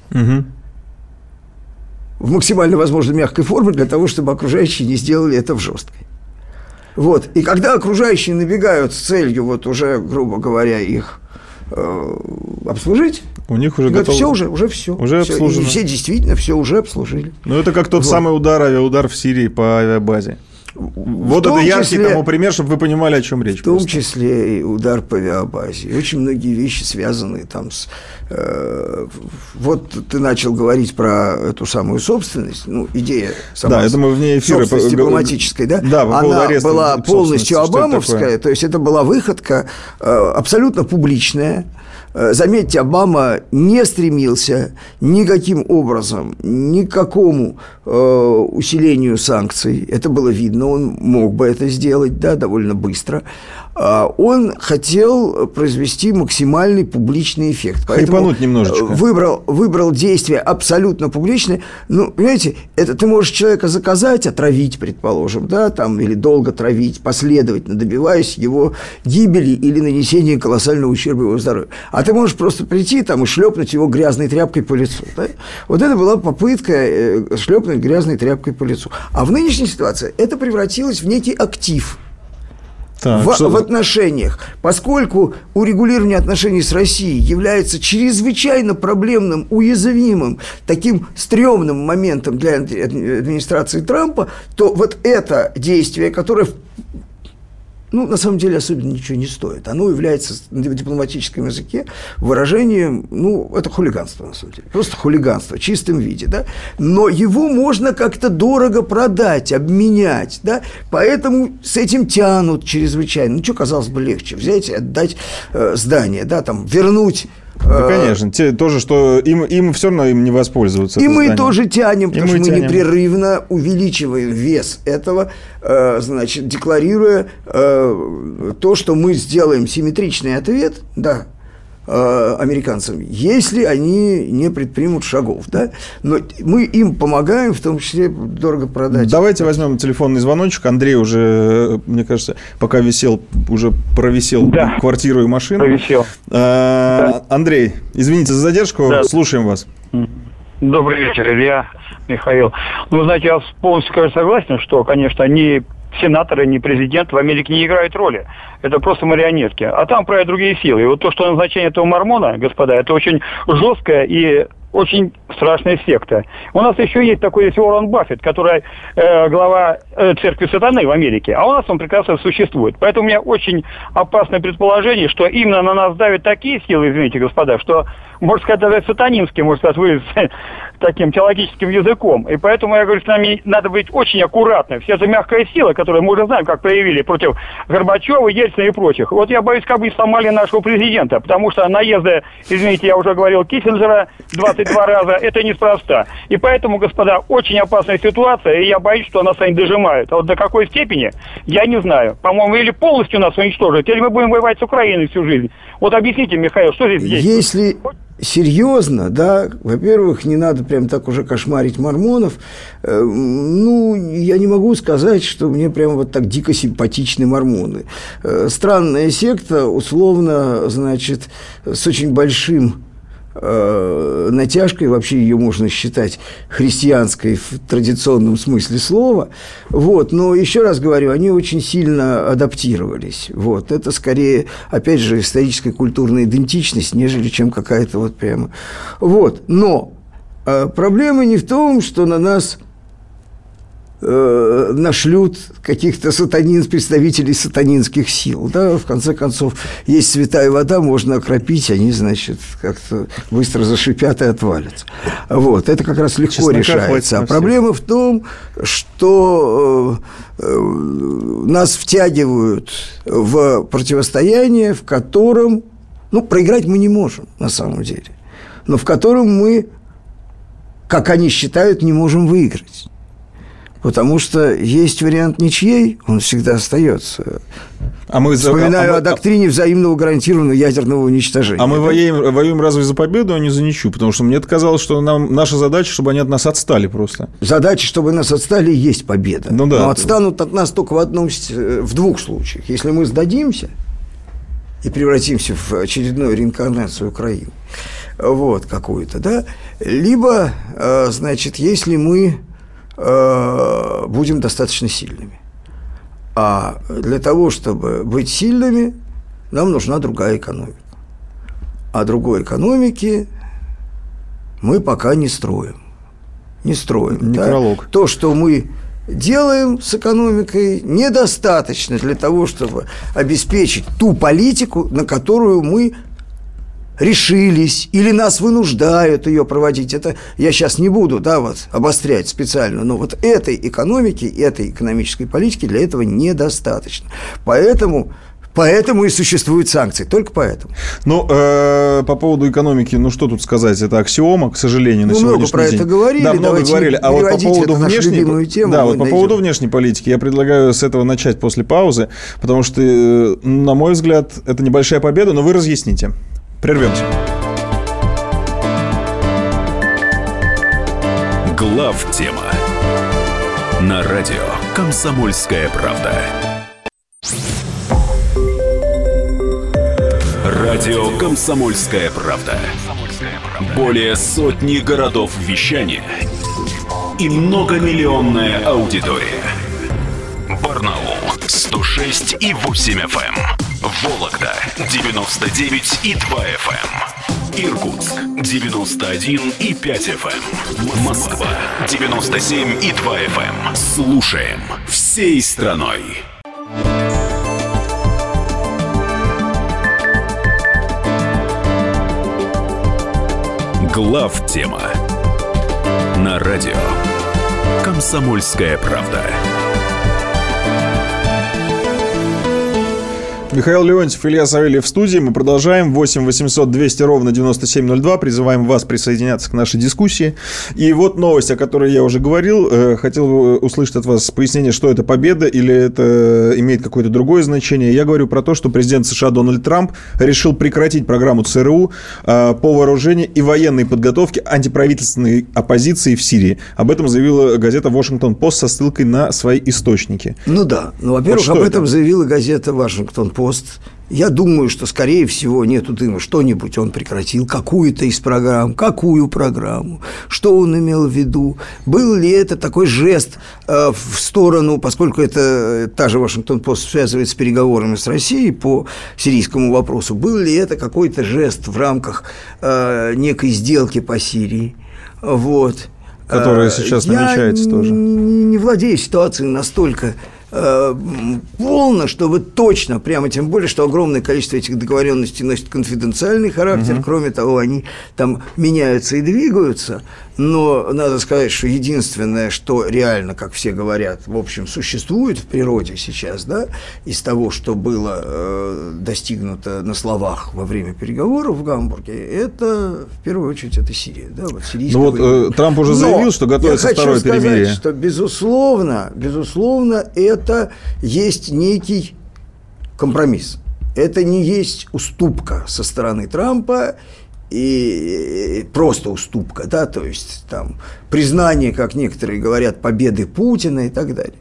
в максимально возможно мягкой форме для того, чтобы окружающие не сделали это в жесткой. Вот. И когда окружающие набегают с целью вот уже, грубо говоря, их обслужить, у них уже готово. Все уже все. Уже обслужено. И все действительно все уже обслужили. Ну, это как тот самый авиаудар в Сирии по авиабазе. Вот это яркий тому пример, чтобы вы понимали, о чем речь. В том числе и удар по авиабазе. И очень многие вещи связаны там с... вот ты начал говорить про эту самую собственность, ну, идея сама. Да, это мы вне эфира дипломатической, да? Да, она была полностью обамовская, то есть это была выходка абсолютно публичная. Заметьте, Обама не стремился никаким образом ни к какому усилению санкций. Это было видно, он мог бы это сделать, да, довольно быстро. Он хотел произвести максимальный публичный эффект. Поэтому немножечко. Выбрал действие абсолютно публичное. Ну, понимаете, это ты можешь человека заказать, отравить, предположим, да, там, или долго травить, последовательно добиваясь его гибели или нанесения колоссального ущерба его здоровью. А ты можешь просто прийти там и шлепнуть его грязной тряпкой по лицу. Да? Вот это была попытка шлепнуть грязной тряпкой по лицу. А в нынешней ситуации это превратилось в некий актив. В отношениях, поскольку урегулирование отношений с Россией является чрезвычайно проблемным, уязвимым, таким стрёмным моментом для администрации Трампа, то вот это действие, которое, ну, на самом деле особенно ничего не стоит, оно является в дипломатическом языке выражением, ну, это хулиганство, на самом деле, просто хулиганство в чистом виде, да, но его можно как-то дорого продать, обменять, да, поэтому с этим тянут чрезвычайно. Ну, что, казалось бы, легче взять и отдать здание, да, там, вернуть. Да, конечно, тоже, что им все равно им не воспользоваться. И мы тоже тянем, потому что мы непрерывно увеличиваем вес этого, значит, декларируя то, что мы сделаем симметричный ответ, да, американцам, если они не предпримут шагов, да, но мы им помогаем, в том числе дорого продать. Давайте возьмем телефонный звоночек. Андрей уже, мне кажется, пока уже провисел квартиру и машину. Провисел. Андрей, извините за задержку, слушаем вас. Добрый вечер, Илья, Михаил. Ну, вы знаете, я полностью, конечно, согласен, что, конечно, ни сенаторы, ни президент в Америке не играют роли. Это просто марионетки. А там правят другие силы. И вот то, что назначение этого мормона, господа, это очень жесткое и очень страшная секта. У нас еще есть такой Уоррен Баффет, который глава церкви сатаны в Америке, а у нас он прекрасно существует. Поэтому у меня очень опасное предположение, что именно на нас давят такие силы, извините, господа, что, можно сказать, даже сатанинские, можно сказать, таким теологическим языком. И поэтому я говорю, что нам надо быть очень аккуратны. Вся эта мягкая сила, которую мы уже знаем, как проявили против Горбачева, Ельцина и прочих. Вот я боюсь, как бы сломали нашего президента, потому что наезды, извините, я уже говорил, Киссинджера 22 раза, это неспроста. И поэтому, господа, очень опасная ситуация, и я боюсь, что нас они дожимают. А вот до какой степени, я не знаю. По-моему, или полностью нас уничтожат, или мы будем воевать с Украиной всю жизнь. Вот объясните, Михаил, что здесь есть? Если серьезно, да, во-первых, не надо прям так уже кошмарить мормонов. Ну, я не могу сказать, что мне прям вот так дико симпатичны мормоны. Странная секта, условно, значит, с очень большим натяжкой, вообще ее можно считать христианской в традиционном смысле слова, вот, но еще раз говорю, они очень сильно адаптировались, вот, это скорее, опять же, историческая культурная идентичность, нежели чем какая-то вот прямо, вот, но проблема не в том, что на нас нашлют каких-то представителей сатанинских сил. Да? В конце концов, есть святая вода, можно окропить, они, значит, как-то быстро зашипят и отвалятся. Вот. Это как раз легко решается. А проблема в том, что нас втягивают в противостояние, в котором, ну, проиграть мы не можем, на самом деле, но в котором мы, как они считают, не можем выиграть. Потому что есть вариант ничьей, он всегда остается. Вспоминаю о доктрине взаимного гарантированного ядерного уничтожения. А мы воюем разве за победу, а не за ничью? Потому что мне казалось, что наша задача, чтобы они от нас отстали просто. Задача, чтобы нас отстали, есть победа. Ну, да. Но отстанут от нас только в двух случаях. Если мы сдадимся и превратимся в очередную реинкарнацию Украины, вот, какую-то, да, либо, значит, если мы будем достаточно сильными. А для того, чтобы быть сильными, нам нужна другая экономика. А другой экономики мы пока не строим. Не строим. Да? То, что мы делаем с экономикой, недостаточно для того, чтобы обеспечить ту политику, на которую мы решились, или нас вынуждают ее проводить. Это я сейчас не буду, да, вот, обострять специально, но вот этой экономики, этой экономической политики для этого недостаточно. Поэтому и существуют санкции, только поэтому. Ну, по поводу экономики, ну, что тут сказать, это аксиома, к сожалению, на сегодняшний день. Много про это говорили. Да, много говорили. А вот по поводу внешней политики я предлагаю с этого начать после паузы, потому что, на мой взгляд, это небольшая победа, но вы разъясните. Прервемся. Главтема на радио «Комсомольская правда». Радио «Комсомольская правда». Более сотни городов вещания и многомиллионная аудитория. Барнаул 106,8 FM. Вологда 99,2 FM. Иркутск 91,5 FM. Москва 97,2 FM. Слушаем всей страной. Главтема на радио «Комсомольская правда». Михаил Леонтьев, Илья Савельев в студии. Мы продолжаем. 8 800 200 ровно 9702. Призываем вас присоединяться к нашей дискуссии. И вот новость, о которой я уже говорил. Хотел бы услышать от вас пояснение, что это победа или это имеет какое-то другое значение. Я говорю про то, что президент США Дональд Трамп решил прекратить программу ЦРУ по вооружению и военной подготовке антиправительственной оппозиции в Сирии. Об этом заявила газета «Вашингтон-Пост» со ссылкой на свои источники. Ну да. Ну, во-первых, об этом заявила газета «Вашингтон-Пост». Я думаю, что, скорее всего, нету дыма. Что-нибудь он прекратил, какую-то из программ, какую программу, что он имел в виду. Был ли это такой жест в сторону, поскольку это та же «Вашингтон-Пост» связывает с переговорами с Россией по сирийскому вопросу, был ли это какой-то жест в рамках некой сделки по Сирии, вот. Которая сейчас намечается тоже. Я не владею ситуацией настолько полно, чтобы точно, прямо тем более, что огромное количество этих договоренностей носит конфиденциальный характер, кроме того, они там меняются и двигаются, Но надо сказать, что единственное, что реально, как все говорят, в общем, существует в природе сейчас, да, из того, что было достигнуто на словах во время переговоров в Гамбурге, это, в первую очередь, это Сирия. Да, вот сирийская Трамп уже заявил, что готовится второе перемирие. Я хочу сказать, что, безусловно, это есть некий компромисс. Это не есть уступка со стороны Трампа, и просто уступка, да, то есть там признание, как некоторые говорят, победы Путина и так далее.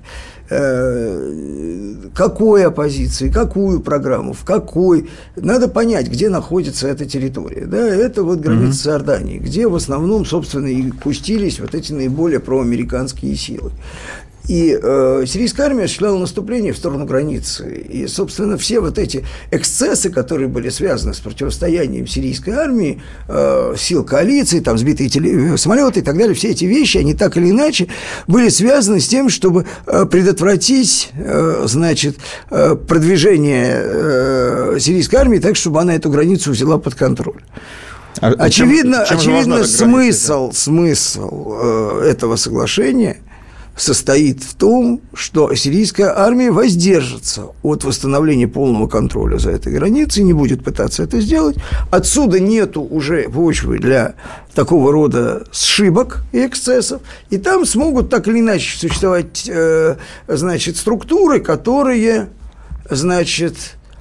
Какой оппозиции, какую программу, в какой. Надо понять, где находится эта территория. Да, это вот граница Иордании, где в основном, собственно, и пустились вот эти наиболее проамериканские силы. И сирийская армия осуществляла наступление в сторону границы. И, собственно, все вот эти эксцессы, которые были связаны с противостоянием сирийской армии, сил коалиции, там сбитые самолеты и так далее, все эти вещи, они так или иначе были связаны с тем, чтобы предотвратить, значит, продвижение сирийской армии так, чтобы она эту границу взяла под контроль. Очевидно, смысл этого соглашения состоит в том, что сирийская армия воздержится от восстановления полного контроля за этой границей, не будет пытаться это сделать. Отсюда нету уже почвы для такого рода сшибок и эксцессов, и там смогут так или иначе существовать, значит, структуры, которые, значит,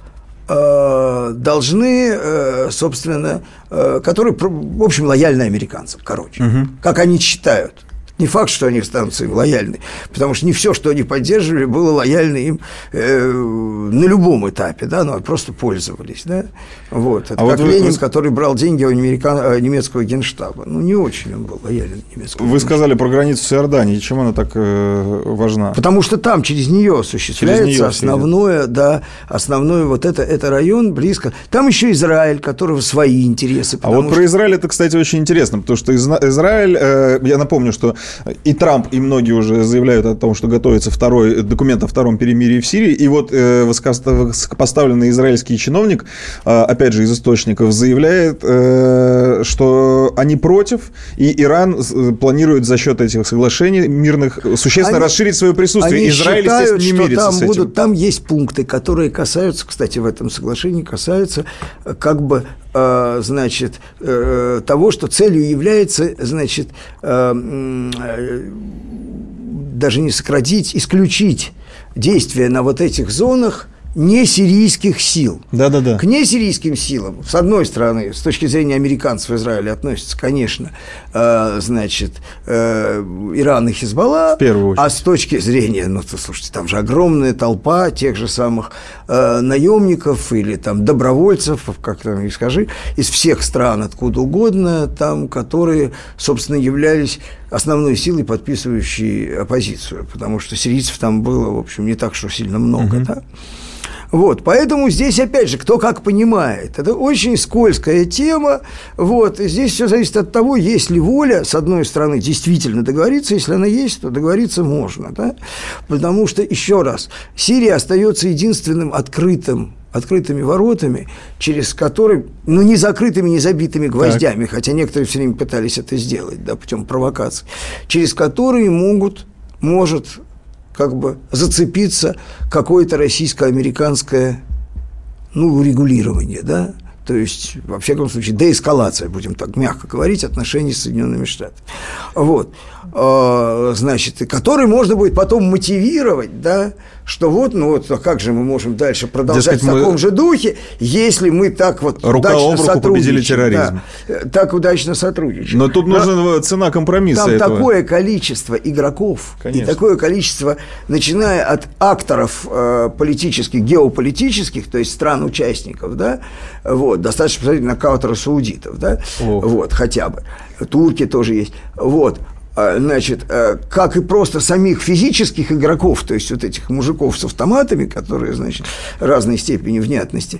должны, собственно, которые, в общем, лояльны американцам, короче, как они считают. Не факт, что они станут им лояльны, потому что не все, что они поддерживали, было лояльно им на любом этапе, да, но просто пользовались, да. Вот. Это как Ленин, который брал деньги у немецкого генштаба. Ну, не очень он был лоялен немецкому. Вы сказали про границу с Иорданией. Чем она так важна? Потому что там через нее осуществляется основной вот это район близко. Там еще Израиль, у которого свои интересы. А вот про Израиль это, кстати, очень интересно, потому что Израиль, я напомню, что и Трамп, и многие уже заявляют о том, что готовится второй документ о втором перемирии в Сирии. И вот высокопоставленный израильский чиновник, опять же, из источников, заявляет, что они против, и Иран планирует за счет этих соглашений мирных существенно расширить свое присутствие. Израиль, естественно, не мирится с этим. Там есть пункты, которые касаются, кстати, в этом соглашении касаются как бы, значит, того, что целью является, значит, даже не сократить, исключить действия на вот этих зонах несирийских сил. Да-да-да. К несирийским силам, с одной стороны, с точки зрения американцев в Израиле относятся, конечно, значит, Иран и Хизбалла, в первую очередь. А с точки зрения, ну, слушайте, там же огромная толпа тех же самых наемников или там добровольцев, как там и скажи, из всех стран, откуда угодно, там, которые, собственно, являлись основной силой, подписывающей оппозицию, потому что сирийцев там было, в общем, не так, что сильно много, да. Вот, поэтому здесь, опять же, кто как понимает. Это очень скользкая тема. Вот, и здесь все зависит от того, есть ли воля, с одной стороны, действительно договориться. Если она есть, то договориться можно. Да? Потому что, еще раз, Сирия остается единственным открытыми воротами, через которые, ну, не закрытыми, не забитыми гвоздями, хотя некоторые все время пытались это сделать, да, путем провокаций, через которые может как бы зацепиться какое-то российско-американское, ну, урегулирование, да, то есть, во всяком случае, деэскалация, будем так мягко говорить, отношений с Соединенными Штатами. Вот, значит, который можно будет потом мотивировать, да, что вот, ну вот, а как же мы можем дальше продолжать в таком же духе, если мы так вот удачно победили терроризм. Да, так удачно сотрудничаем. Но тут нужна цена компромисса. Там этого. Такое количество игроков, конечно, и такое количество, начиная от акторов политических, геополитических, то есть стран-участников, да, вот, достаточно посмотреть на каутера саудитов, да, вот, хотя бы, турки тоже есть, вот. значит, как и просто самих физических игроков, то есть вот этих мужиков с автоматами, которые, значит, разной степени внятности,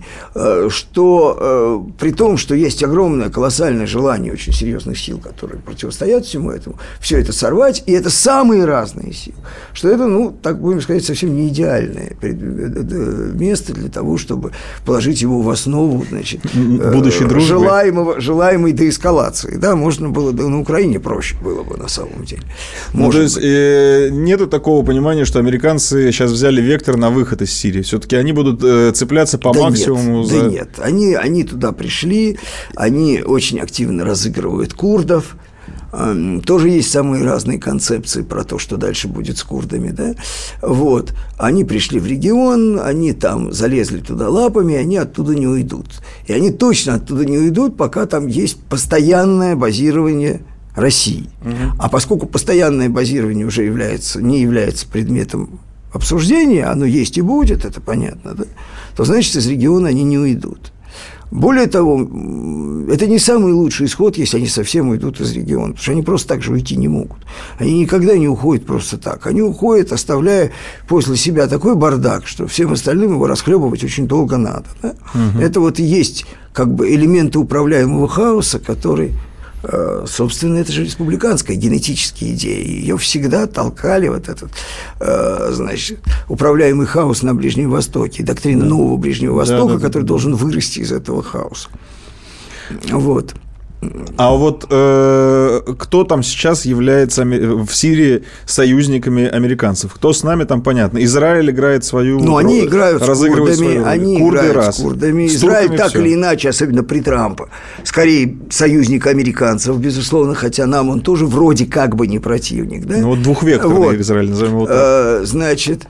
что при том, что есть огромное, колоссальное желание очень серьезных сил, которые противостоят всему этому, все это сорвать, и это самые разные силы, что это, ну, так будем сказать, совсем не идеальное место для того, чтобы положить его в основу, значит, будущей дружбы, желаемой деэскалации. Да, можно было, да, на Украине проще было бы, на самом деле. Ну, то есть нету такого понимания, что американцы сейчас взяли вектор на выход из Сирии. Все-таки они будут цепляться по максимуму. Да нет, они туда пришли, они очень активно разыгрывают курдов. Тоже есть самые разные концепции про то, что дальше будет с курдами, да? Вот. Они пришли в регион, они там залезли туда лапами, они оттуда не уйдут. И они точно оттуда не уйдут, пока там есть постоянное базирование России. А поскольку постоянное базирование уже не является предметом обсуждения, оно есть и будет, это понятно, да? То значит, из региона они не уйдут. Более того, это не самый лучший исход, если они совсем уйдут из региона, потому что они просто так же уйти не могут. Они никогда не уходят просто так. Они уходят, оставляя после себя такой бардак, что всем остальным его расхлебывать очень долго надо. Да? Это вот и есть как бы элементы управляемого хаоса, который... Собственно, это же республиканская генетическая идея. Ее всегда толкали вот этот, значит, управляемый хаос на Ближнем Востоке, доктрина нового Ближнего Востока, который должен вырасти из этого хаоса. Вот. А вот кто там сейчас является в Сирии союзниками американцев? Кто с нами там, понятно. Израиль играет свою роль. Ну, они играют с курдами, они играют с курдами. Израиль так или иначе, особенно при Трампе, скорее союзник американцев, безусловно, хотя нам он тоже вроде как бы не противник. Да? Ну, вот двухвекторный вот. Израиль, назовем его так. Значит...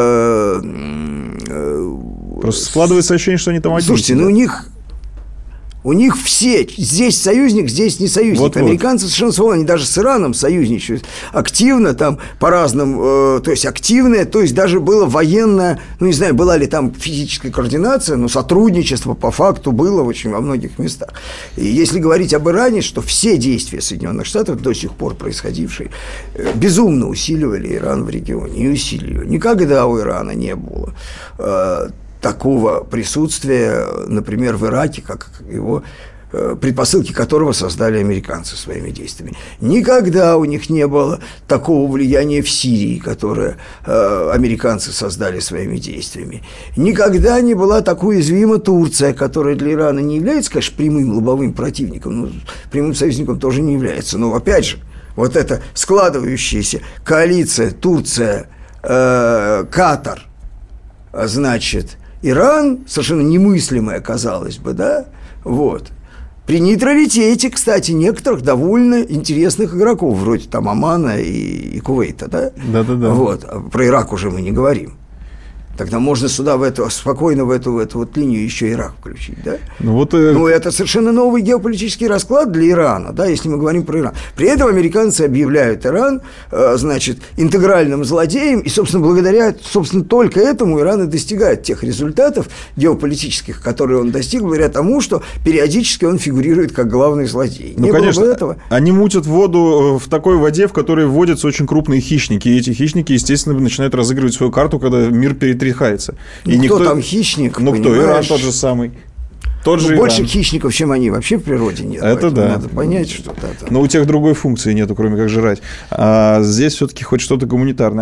Просто складывается ощущение, что они там одни. Слушайте, ну у них все, здесь союзник, здесь не союзник. Вот. Американцы совершенно свободны, они даже с Ираном союзничают активно, там, по разным, то есть активное, то есть даже было военное, ну, не знаю, была ли там физическая координация, но сотрудничество по факту было очень во многих местах. И если говорить об Иране, что все действия Соединенных Штатов, до сих пор происходившие, безумно усиливали Иран в регионе, и усиливали. Никогда у Ирана не было такого присутствия, например, в Ираке, как его предпосылки которого создали американцы своими действиями. Никогда у них не было такого влияния в Сирии, которое американцы создали своими действиями. Никогда не была так уязвима Турция, которая для Ирана не является, конечно, прямым лобовым противником, но прямым союзником тоже не является. Но, опять же, вот эта складывающаяся коалиция Турция, Катар, значит, Иран, совершенно немыслимое, казалось бы, да, вот. При нейтралитете, кстати, некоторых довольно интересных игроков, вроде там Омана и Кувейта, да? Да-да-да. Вот, а про Ирак уже мы не говорим. Тогда можно сюда спокойно в эту вот линию еще Ирак включить, да? Ну, это совершенно новый геополитический расклад для Ирана, да, если мы говорим про Иран. При этом американцы объявляют Иран, значит, интегральным злодеем, и, собственно, благодаря, только этому Иран и достигает тех результатов геополитических, которые он достиг, благодаря тому, что периодически он фигурирует как главный злодей. Ну, конечно, этого. Они мутят воду в такой воде, в которой вводятся очень крупные хищники, и эти хищники, естественно, начинают разыгрывать свою карту, когда мир перетряхается. И ну, кто там хищник? Ну, кто? Иран тот же самый. Больше хищников, чем они вообще в природе нет. Это да. Надо понять, что это. Но у тех другой функции нету, кроме как жрать. А здесь все-таки хоть что-то гуманитарное.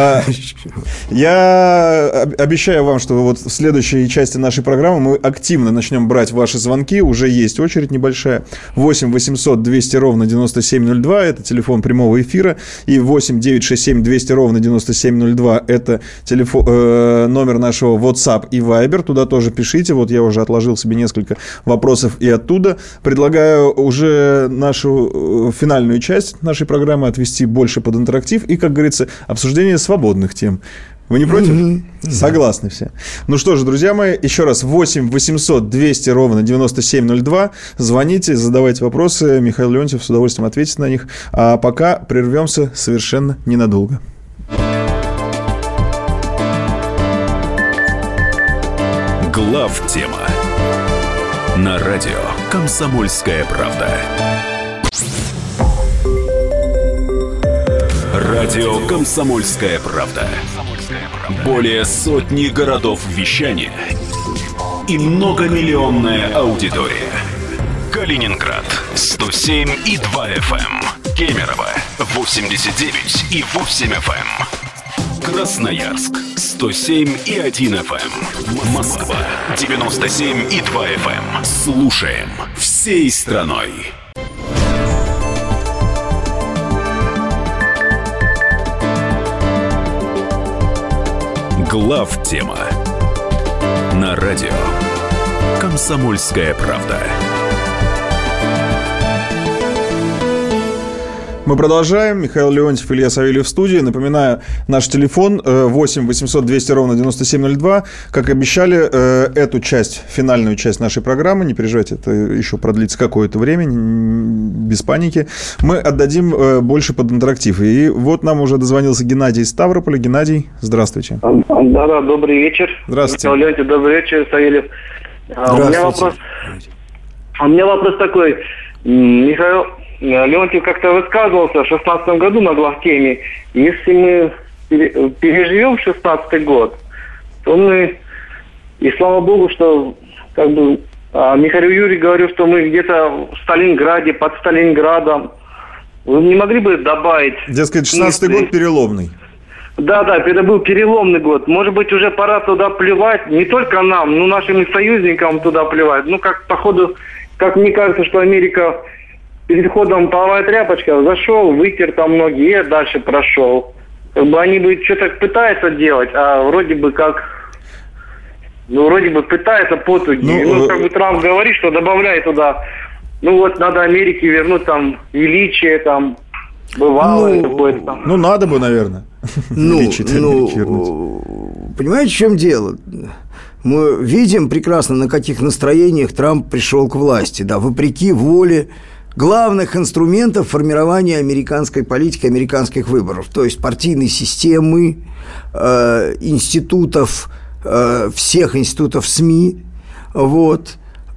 Я обещаю вам, что вот в следующей части нашей программы мы активно начнем брать ваши звонки. Уже есть очередь небольшая. 8 800 200 ровно 9702. Это телефон прямого эфира. И 8 967 200 ровно 9702. Это номер нашего WhatsApp и Viber. Туда тоже пишите. Вот я уже отложил себе несколько вопросов и оттуда. Предлагаю уже нашу финальную часть нашей программы отвести больше под интерактив и, как говорится, обсуждение свободных тем. Вы не против? Согласны все. Ну что же, друзья мои, еще раз 8 800 200 ровно 9702. Звоните, задавайте вопросы. Михаил Леонтьев с удовольствием ответит на них. А пока прервемся совершенно ненадолго. Главтема на радио «Комсомольская правда». Радио «Комсомольская правда». Более сотни городов вещания и многомиллионная аудитория. Калининград 107,2 FM, Кемерово 89,8 FM, Красноярск 107,1 FM, Москва 97,2 FM. Слушаем всей страной. Главтема на радио «Комсомольская правда». Мы продолжаем. Михаил Леонтьев, Илья Савельев в студии. Напоминаю, наш телефон 8 800 200 ровно 9702. Как обещали, эту часть, финальную часть нашей программы, не переживайте, это еще продлится какое-то время, без паники, мы отдадим больше под интерактив. И вот нам уже дозвонился Геннадий из Ставрополя. Геннадий, здравствуйте. Да, добрый вечер. Здравствуйте. Михаил Леонтьев, добрый вечер, Савельев. У меня вопрос такой. Михаил Леонтьев как-то высказывался в 2016 году на главтеме. Если мы переживем 2016 год, то мы, и слава богу, что как бы Михаил Юрьевич говорил, что мы где-то в Сталинграде, под Сталинградом. Вы не могли бы добавить... Дескать, 16 год переломный. Да, это был переломный год. Может быть, уже пора туда плевать, не только нам, но нашим союзникам туда плевать. Ну, как, походу, как мне кажется, что Америка... Перед входом половая тряпочка, зашел, вытер там ноги и дальше прошел. Как бы они бы что-то пытаются делать, а вроде бы как... вроде бы пытаются потуги. Как бы Трамп говорит, что добавляет туда... надо Америке вернуть там величие, там, бывалое какое-то там. Надо бы, наверное, величие Америки вернуть. Понимаете, в чем дело? Мы видим прекрасно, на каких настроениях Трамп пришел к власти, да, вопреки воле главных инструментов формирования американской политики, американских выборов, то есть партийной системы, институтов, всех институтов СМИ. Вот.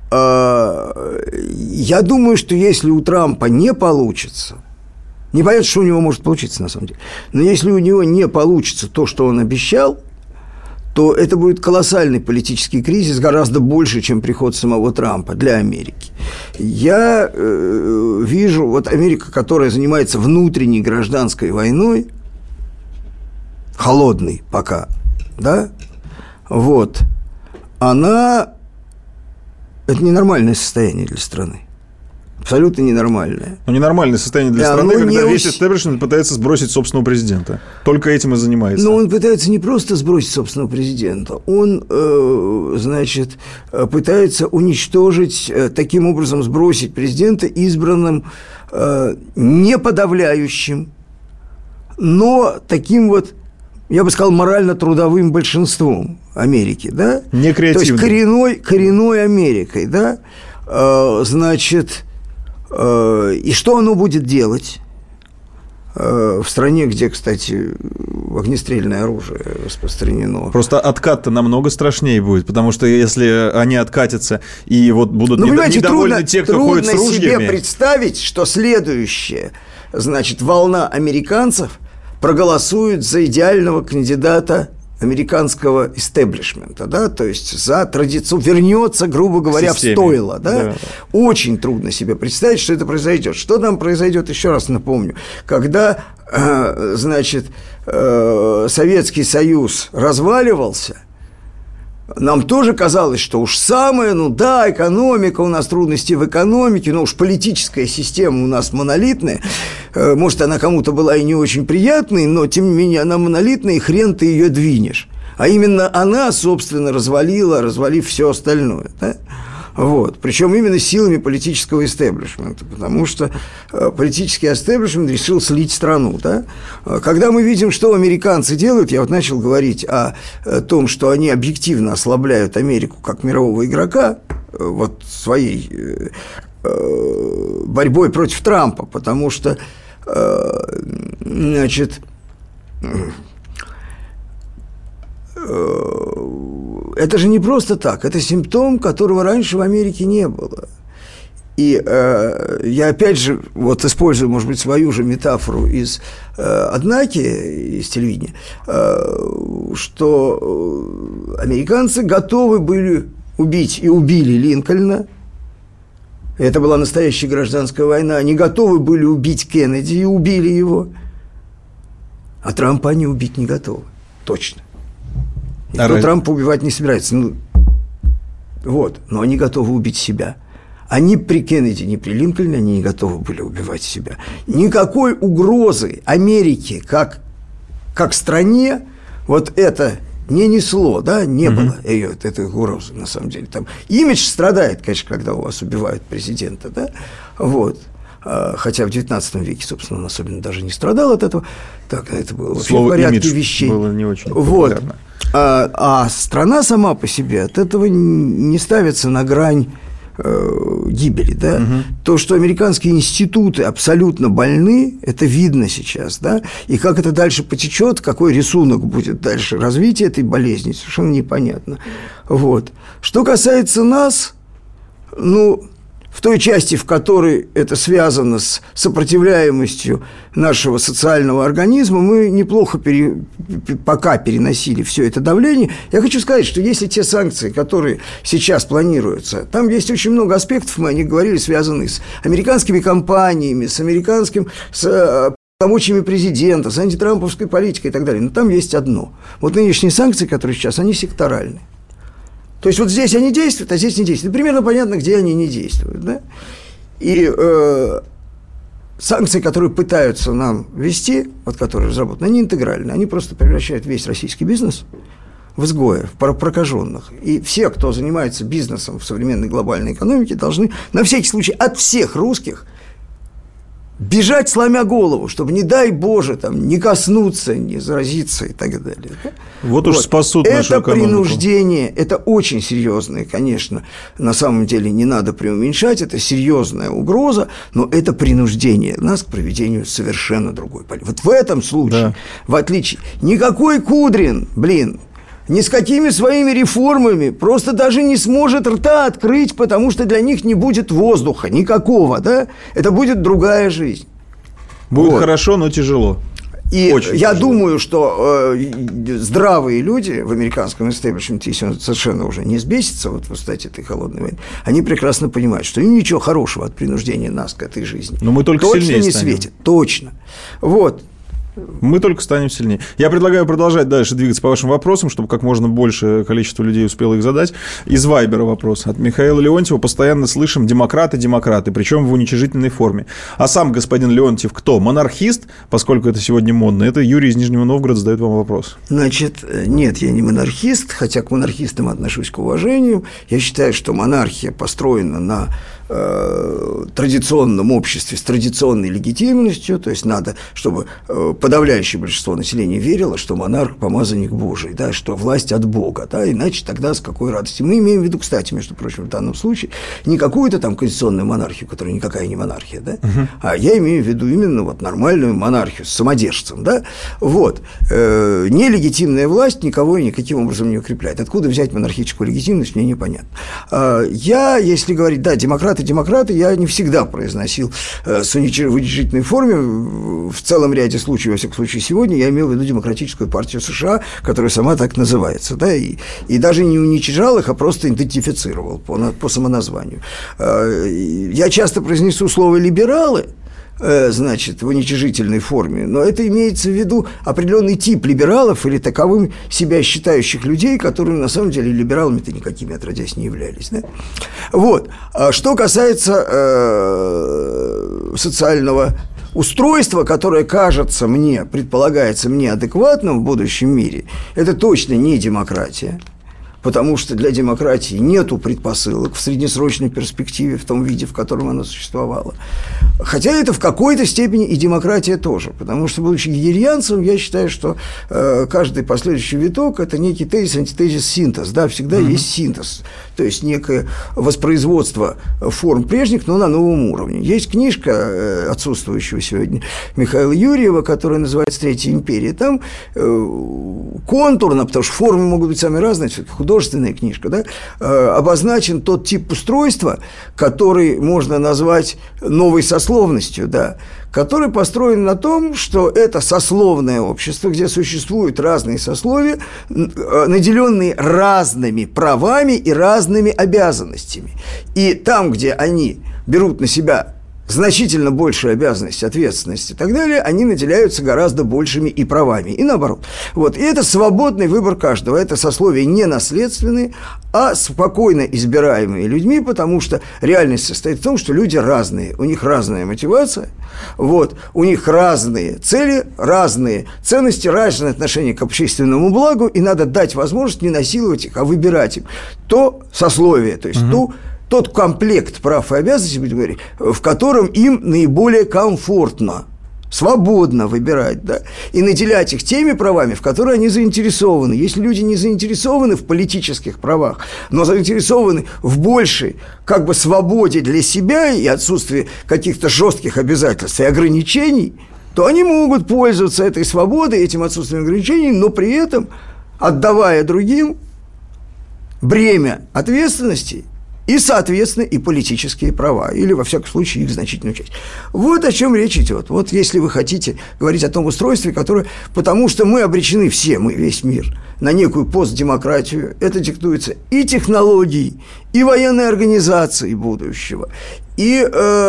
Я думаю, что если у Трампа не получится, непонятно, что у него может получиться на самом деле, но если у него не получится то, что он обещал, то это будет колоссальный политический кризис, гораздо больше, чем приход самого Трампа для Америки. Я вижу, вот Америка, которая занимается внутренней гражданской войной, холодной пока, да, вот, это ненормальное состояние для страны. Абсолютно ненормальное. Но ненормальное состояние для страны, когда весь истеблишмент пытается сбросить собственного президента. Только этим и занимается. Но он пытается не просто сбросить собственного президента, он, пытается уничтожить, таким образом сбросить президента избранным не подавляющим, но таким вот, я бы сказал, морально-трудовым большинством Америки, да? Не креативным. То есть коренной Америкой, да? И что оно будет делать в стране, где, кстати, огнестрельное оружие распространено? Просто откат-то намного страшнее будет, потому что если они откатятся и вот будут недовольны те, кто ходит с ружьями... Трудно себе представить, что следующая, волна американцев проголосует за идеального кандидата американского истеблишмента, да, то есть за традицию, вернется, грубо говоря, в стойло, да? Очень трудно себе представить, что это произойдет. Что там произойдет, еще раз напомню, когда, Советский Союз разваливался, нам тоже казалось, что уж самое, экономика, у нас трудности в экономике, но уж политическая система у нас монолитная, может, она кому-то была и не очень приятной, но, тем не менее, она монолитная, и хрен ты ее двинешь. А именно она, собственно, развалив все остальное, да? Вот. Причем именно силами политического истеблишмента, потому что политический истеблишмент решил слить страну. Да? Когда мы видим, что американцы делают, я вот начал говорить о том, что они объективно ослабляют Америку как мирового игрока вот своей борьбой против Трампа, потому что, это же не просто так, это симптом, которого раньше в Америке не было. И И я опять же вот использую, может быть, свою же метафору из «Однаки», из телевидения, что американцы готовы были убить и убили Линкольна. Это была настоящая гражданская война. Они готовы были убить Кеннеди и убили его. А Трампа они убить не готовы. Точно. Никто Трампа убивать не собирается. Ну, вот. Но они готовы убить себя. Они при Кеннеди, ни при Линкольне, они не готовы были убивать себя. Никакой угрозы Америке как стране вот это не несло, да, не было ее, этой угрозы, на самом деле. Там имидж страдает, конечно, когда у вас убивают президента, да, вот. Хотя в XIX веке, собственно, он особенно даже не страдал от этого. Так, это было вообще в порядке вещей. Было не очень вот. А страна сама по себе от этого не ставится на грань гибели, да. То, что американские институты абсолютно больны, это видно сейчас, да, и как это дальше потечет, какой рисунок будет дальше развития этой болезни, совершенно непонятно. Вот. Что касается нас, ну, в той части, в которой это связано с сопротивляемостью нашего социального организма, мы неплохо пока переносили все это давление. Я хочу сказать, что если те санкции, которые сейчас планируются, там есть очень много аспектов, мы о них говорили, связанные с американскими компаниями, с полномочиями президента, с антитрамповской политикой и так далее. Но там есть одно. Вот нынешние санкции, которые сейчас, они секторальны. То есть, вот здесь они действуют, а здесь не действуют. И примерно понятно, где они не действуют. Да? И санкции, которые пытаются нам ввести, вот которые разработаны, они интегральны. Они просто превращают весь российский бизнес в изгоев, в прокаженных. И все, кто занимается бизнесом в современной глобальной экономике, должны на всякий случай от всех русских бежать, сломя голову, чтобы, не дай Боже, там, не коснуться, не заразиться и так далее. Вот уж спасут нашу экономику. Это принуждение, это очень серьезное, конечно, на самом деле не надо преуменьшать, это серьезная угроза, но это принуждение нас к проведению совершенно другой политики. Вот в этом случае, в отличие, никакой Кудрин, ни с какими своими реформами просто даже не сможет рта открыть, потому что для них не будет воздуха никакого, да? Это будет другая жизнь. Будет хорошо, но тяжело. И очень я думаю, что здравые люди в американском истеблишменте, если он совершенно уже не сбесится, вот в стате этой холодной войны, они прекрасно понимают, что им ничего хорошего от принуждения нас к этой жизни но мы только точно не светит. Точно. Вот. Мы только станем сильнее. Я предлагаю продолжать дальше двигаться по вашим вопросам, чтобы как можно большее количество людей успело их задать. Из Вайбера вопрос от Михаила Леонтьева. Постоянно слышим демократы, причем в уничижительной форме. А сам господин Леонтьев кто? Монархист, поскольку это сегодня модно? Это Юрий из Нижнего Новгорода задает вам вопрос. Значит, нет, я не монархист, хотя к монархистам отношусь к уважению. Я считаю, что монархия построена на традиционном обществе с традиционной легитимностью, то есть надо, чтобы подавляющее большинство населения верило, что монарх – помазанник Божий, да, что власть от Бога, да, иначе тогда с какой радостью. Мы имеем в виду, кстати, между прочим, в данном случае, не какую-то там конституционную монархию, которая никакая не монархия, да, а я имею в виду именно вот нормальную монархию с самодержцем, да, вот. Нелегитимная власть никого и никаким образом не укрепляет. Откуда взять монархическую легитимность, мне непонятно. Я, если говорить, да, демократы, я не всегда произносил в уничижительной форме, в целом ряде случаев, во всяком случае сегодня, я имел в виду Демократическую партию США, которая сама так называется, да, и даже не уничижал их, а просто идентифицировал по самоназванию. Я часто произнесу слово «либералы», значит, в уничижительной форме, но это имеется в виду определенный тип либералов или таковым себя считающих людей, которые на самом деле либералами-то никакими отродясь не являлись. Да? Вот. Что касается социального устройства, которое кажется мне, предполагается мне адекватным в будущем мире, это точно не демократия. Потому что для демократии нету предпосылок в среднесрочной перспективе в том виде, в котором она существовала. Хотя это в какой-то степени и демократия тоже. Потому что, будучи гегельянцем, я считаю, что каждый последующий виток – это некий тезис, антитезис, синтез. Да, всегда есть синтез. То есть некое воспроизводство форм прежних, но на новом уровне. Есть книжка отсутствующего сегодня Михаила Юрьева, которая называется «Третья империя». Там контурно, потому что формы могут быть самые разные, все-таки художественные, художественная книжка, да, обозначен тот тип устройства, который можно назвать новой сословностью, да, который построен на том, что это сословное общество, где существуют разные сословия, наделенные разными правами и разными обязанностями. И там, где они берут на себя значительно большую обязанность, ответственность и так далее, они наделяются гораздо большими и правами, и наоборот. Вот. И это свободный выбор каждого. Это сословия не наследственные, а спокойно избираемые людьми, потому что реальность состоит в том, что люди разные, у них разная мотивация, вот, у них разные цели, разные ценности, разное отношение к общественному благу, и надо дать возможность не насиловать их, а выбирать им то сословие, то есть тот комплект прав и обязанностей, будем говорить, в котором им наиболее комфортно, свободно выбирать, да, и наделять их теми правами, в которые они заинтересованы. Если люди не заинтересованы в политических правах, но заинтересованы в большей, как бы, свободе для себя и отсутствии каких-то жестких обязательств и ограничений, то они могут пользоваться этой свободой, этим отсутствием ограничений, но при этом отдавая другим бремя ответственности и, соответственно, и политические права, или, во всяком случае, их значительную часть. Вот о чем речь идет. Вот если вы хотите говорить о том устройстве, которое... Потому что мы обречены все, мы, весь мир, на некую постдемократию. Это диктуется и технологией, и военной организацией будущего, и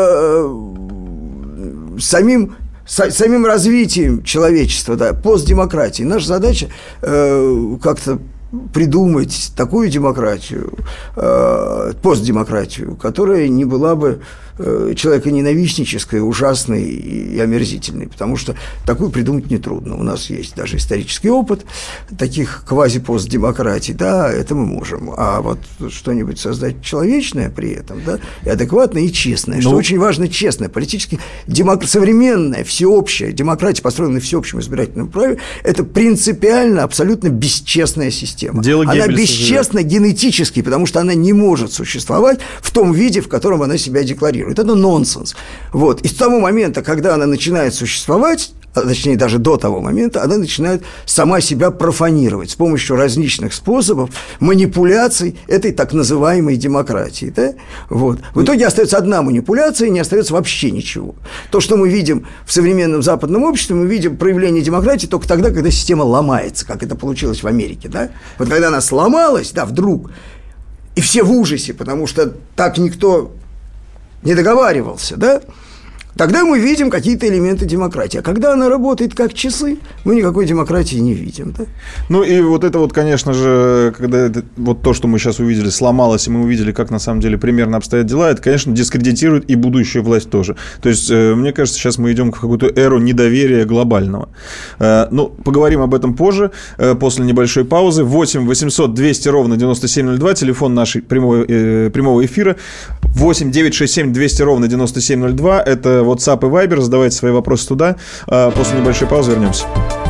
самим развитием человечества, да, постдемократии. Наша задача как-то придумать такую демократию, постдемократию, которая не была бы человеконенавистнической, ужасной и омерзительной, потому что такую придумать нетрудно. У нас есть даже исторический опыт таких квази-постдемократий, да, это мы можем. А вот что-нибудь создать человечное при этом, да, и адекватное, и честное, что очень важно, честное, политически современная, всеобщая демократия, построенная на всеобщем избирательном праве, это принципиально, абсолютно бесчестная система. Она бесчестна генетически, потому что она не может существовать в том виде, в котором она себя декларирует. Это нонсенс. Вот. И с того момента, когда она начинает существовать, точнее, даже до того момента, она начинает сама себя профанировать с помощью различных способов манипуляций этой так называемой демократии. Да? Вот. В итоге остается одна манипуляция, и не остается вообще ничего. То, что мы видим в современном западном обществе, мы видим проявление демократии только тогда, когда система ломается, как это получилось в Америке. Да? Вот когда она сломалась, да, вдруг, и все в ужасе, потому что так никто не договаривался, да, тогда мы видим какие-то элементы демократии. А когда она работает как часы, мы никакой демократии не видим. Да? Ну и вот это вот, конечно же, когда это, вот то, что мы сейчас увидели, сломалось, и мы увидели, как на самом деле примерно обстоят дела, это, конечно, дискредитирует и будущую власть тоже. То есть, мне кажется, сейчас мы идем в какую-то эру недоверия глобального. Ну, поговорим об этом позже, после небольшой паузы. 8 800 200 ровно 9702, телефон нашей прямого эфира. 8 967 200 ровно 9702, это WhatsApp и Viber, задавайте свои вопросы туда. После небольшой паузы вернемся.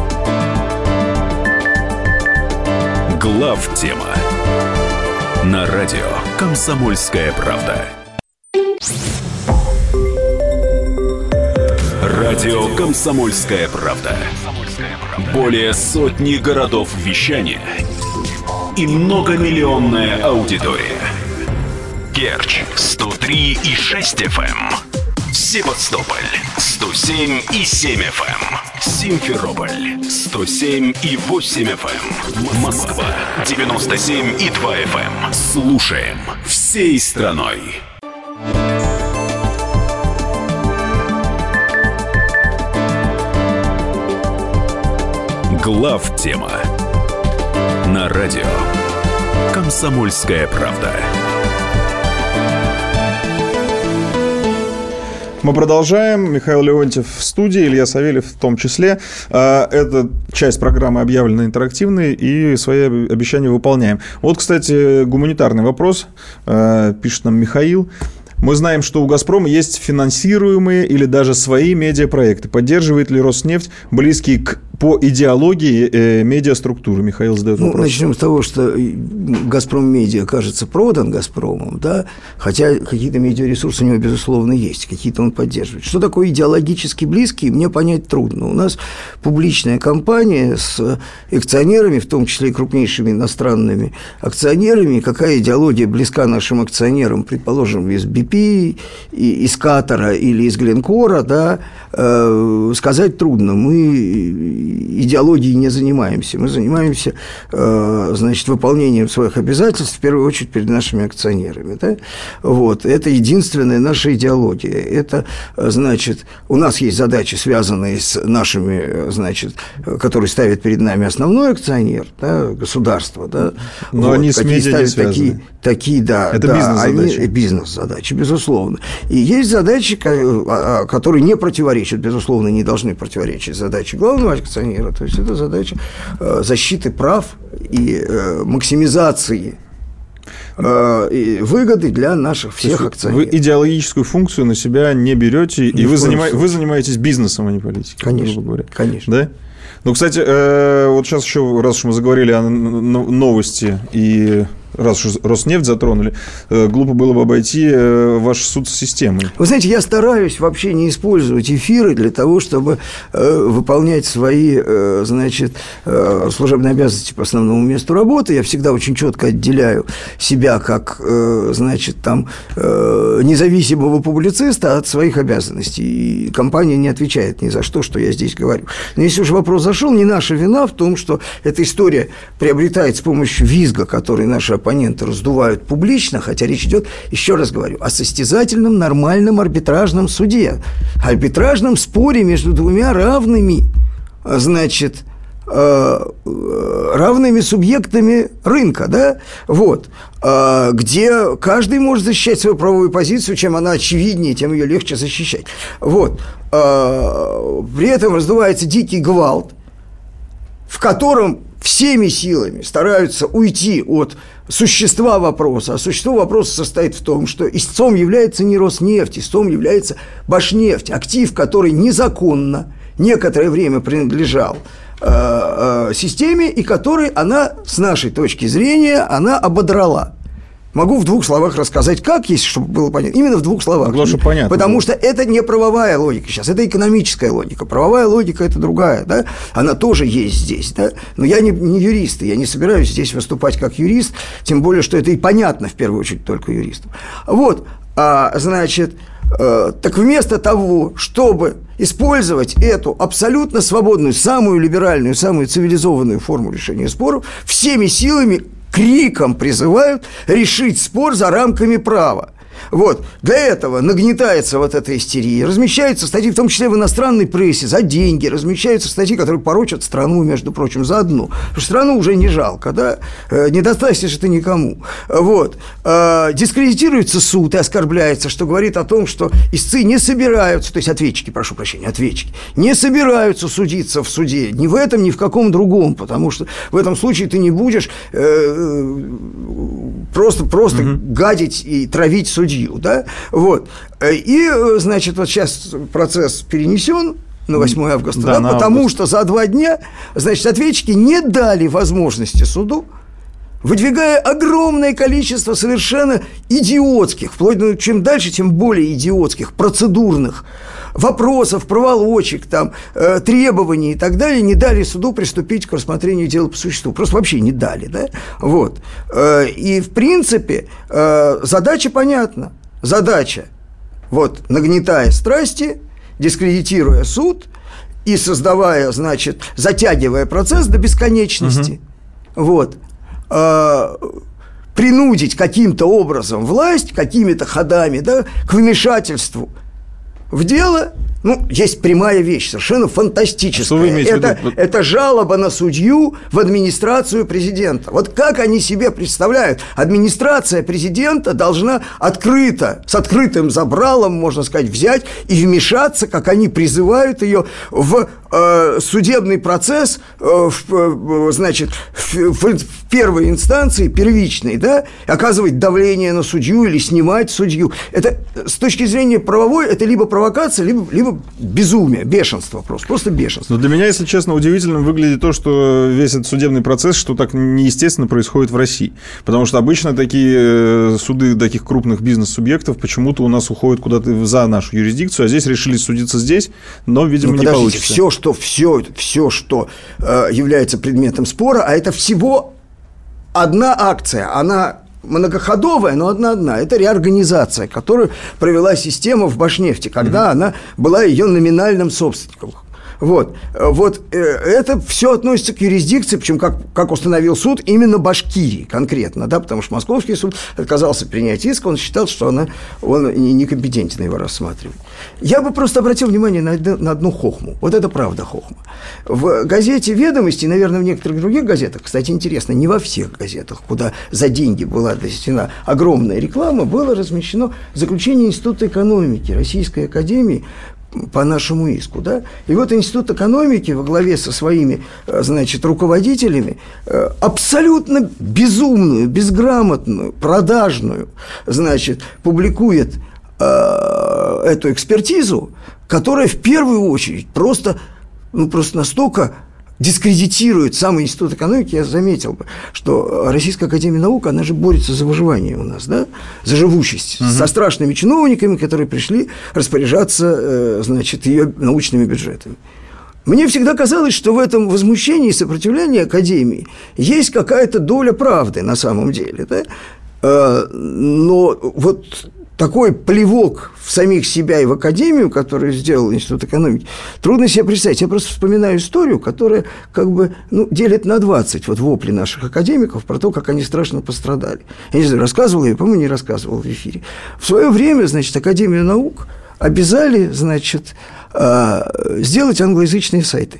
Главтема на радио «Комсомольская правда». Радио «Комсомольская правда». Более сотни городов вещания и многомиллионная аудитория. Керчь 103,6 FM. Севастополь 107,7 FM. Симферополь 107,8 FM. Москва 97,2 FM. Слушаем всей страной. Главтема на радио «Комсомольская правда». Мы продолжаем. Михаил Леонтьев в студии, Илья Савельев в том числе. Эта часть программы объявлена интерактивной, и свои обещания выполняем. Вот, кстати, гуманитарный вопрос. Пишет нам Михаил. Мы знаем, что у «Газпрома» есть финансируемые или даже свои медиапроекты. Поддерживает ли Роснефть близкие к по идеологии медиаструктуры? Михаил задает вопрос. Начнем с того, что «Газпром Медиа», кажется, продан «Газпромом», да? Хотя какие-то медиаресурсы у него, безусловно, есть, какие-то он поддерживает. Что такое идеологически близкие, мне понять трудно. У нас публичная компания с акционерами, в том числе и крупнейшими иностранными акционерами. Какая идеология близка нашим акционерам, предположим, из BP, из Катара или из Гленкора, да, сказать трудно. Мы идеологией не занимаемся. Мы занимаемся, значит, выполнением своих обязательств, в первую очередь, перед нашими акционерами. Да? Вот. Это единственная наша идеология. Это, значит, у нас есть задачи, связанные с нашими, значит, которые ставит перед нами основной акционер, да, государство. Да? Но вот, они с медиа не связаны. Такие, да. Это да, бизнес-задачи. Бизнес-задачи, безусловно. И есть задачи, которые не противоречат, безусловно, не должны противоречить задаче главного акционера. То есть это задача защиты прав и максимизации выгоды для наших всех акционеров. Вы идеологическую функцию на себя не берете, и вы занимаетесь бизнесом, а не политикой. Конечно. Конечно. Да? Ну, кстати, вот сейчас еще, раз уж мы заговорили о новости, и раз уж Роснефть затронули, глупо было бы обойти ваши соцсистемы. Вы знаете, я стараюсь вообще не использовать эфиры для того, чтобы выполнять свои, значит, служебные обязанности по основному месту работы. Я всегда очень четко отделяю себя как, значит, там, независимого публициста от своих обязанностей. И компания не отвечает ни за что я здесь говорю. Но если уже вопрос зашел, не наша вина в том, что эта история приобретает с помощью визга, который наши оппоненты раздувают публично, хотя речь идет, еще раз говорю, о состязательном нормальном арбитражном суде, арбитражном споре между двумя равными, значит, равными субъектами рынка, да, вот, где каждый может защищать свою правовую позицию, чем она очевиднее, тем ее легче защищать. Вот. При этом раздувается дикий гвалт, в котором всеми силами стараются уйти от существа вопроса. А существо вопроса состоит в том, что истцом является не Роснефть, истцом является Башнефть, актив, который незаконно некоторое время принадлежал системе, и который она, с нашей точки зрения, она ободрала. Могу в двух словах рассказать, как есть, чтобы было понятно. Именно в двух словах. Понятно. Потому что это не правовая логика сейчас, это экономическая логика. Правовая логика – это другая, да? Она тоже есть здесь, да? Но я не юрист, и я не собираюсь здесь выступать как юрист, тем более, что это и понятно, в первую очередь, только юристам. Вот, значит, так вместо того, чтобы использовать эту абсолютно свободную, самую либеральную, самую цивилизованную форму решения споров, всеми силами криком призывают решить спор за рамками права. Вот. Для этого нагнетается вот эта истерия, размещаются статьи, в том числе в иностранной прессе, за деньги, размещаются статьи, которые порочат страну, между прочим, заодно. Потому что страну уже не жалко, да? Не достанешься ты никому. Вот. Дискредитируется суд и оскорбляется, что говорит о том, что истцы не собираются, то есть ответчики, прошу прощения, ответчики, не собираются судиться в суде ни в этом, ни в каком другом, потому что в этом случае ты не будешь просто гадить и травить судью. Да? Вот. И, значит, вот сейчас процесс перенесен на 8 августа, да, потому что за 2 дня, значит, ответчики не дали возможности суду, выдвигая огромное количество совершенно идиотских, вплоть до чем дальше, тем более идиотских, процедурных вопросов, проволочек, там, требований и так далее, не дали суду приступить к рассмотрению дела по существу. Просто вообще не дали, да? Вот. И, в принципе, задача понятна. Задача, вот, нагнетая страсти, дискредитируя суд и создавая, значит, затягивая процесс до бесконечности, вот, принудить каким-то образом власть, какими-то ходами, да, к вмешательству в дело. Ну, есть прямая вещь, совершенно фантастическая. Это жалоба на судью в администрацию президента. Вот как они себе представляют? Администрация президента должна открыто, с открытым забралом, можно сказать, взять и вмешаться, как они призывают ее, в судебный процесс, значит, в первой инстанции, первичной, да, оказывать давление на судью или снимать судью. Это с точки зрения правовой, это либо провокация, либо безумие, бешенство просто бешенство. Но для меня, если честно, удивительным выглядит то, что весь этот судебный процесс, что так неестественно происходит в России. Потому что обычно такие суды таких крупных бизнес-субъектов почему-то у нас уходят куда-то за нашу юрисдикцию, а здесь решили судиться здесь, но, видимо, не получится. Все, что является предметом спора, а это всего одна акция, она многоходовая, но одна. Это реорганизация, которую провела система в Башнефти, когда она была ее номинальным собственником. Вот это все относится к юрисдикции, причем, как установил суд, именно Башкирии конкретно, да, потому что Московский суд отказался принять иск, он считал, что он некомпетентен его рассматривать. Я бы просто обратил внимание на одну хохму. Вот это правда хохма. В газете «Ведомости», наверное, в некоторых других газетах, кстати, интересно, не во всех газетах, куда за деньги была доведена огромная реклама, было размещено заключение Института экономики Российской академии по нашему иску, да, и вот Институт экономики во главе со своими, значит, руководителями абсолютно безумную, безграмотную, продажную, значит, публикует эту экспертизу, которая в первую очередь просто настолько дискредитирует сам Институт экономики. Я заметил бы, что Российская академия наук, она же борется за выживание у нас, да, за живучесть, со страшными чиновниками, которые пришли распоряжаться, значит, ее научными бюджетами. Мне всегда казалось, что в этом возмущении и сопротивлении академии есть какая-то доля правды на самом деле, да? Но вот такой плевок в самих себя и в академию, которую сделал Институт экономики, трудно себе представить. Я просто вспоминаю историю, которая как бы делит на 20 вот вопли наших академиков про то, как они страшно пострадали. Я не знаю, рассказывал я, по-моему, не рассказывал в эфире. В свое время, значит, Академию наук обязали, значит, сделать англоязычные сайты.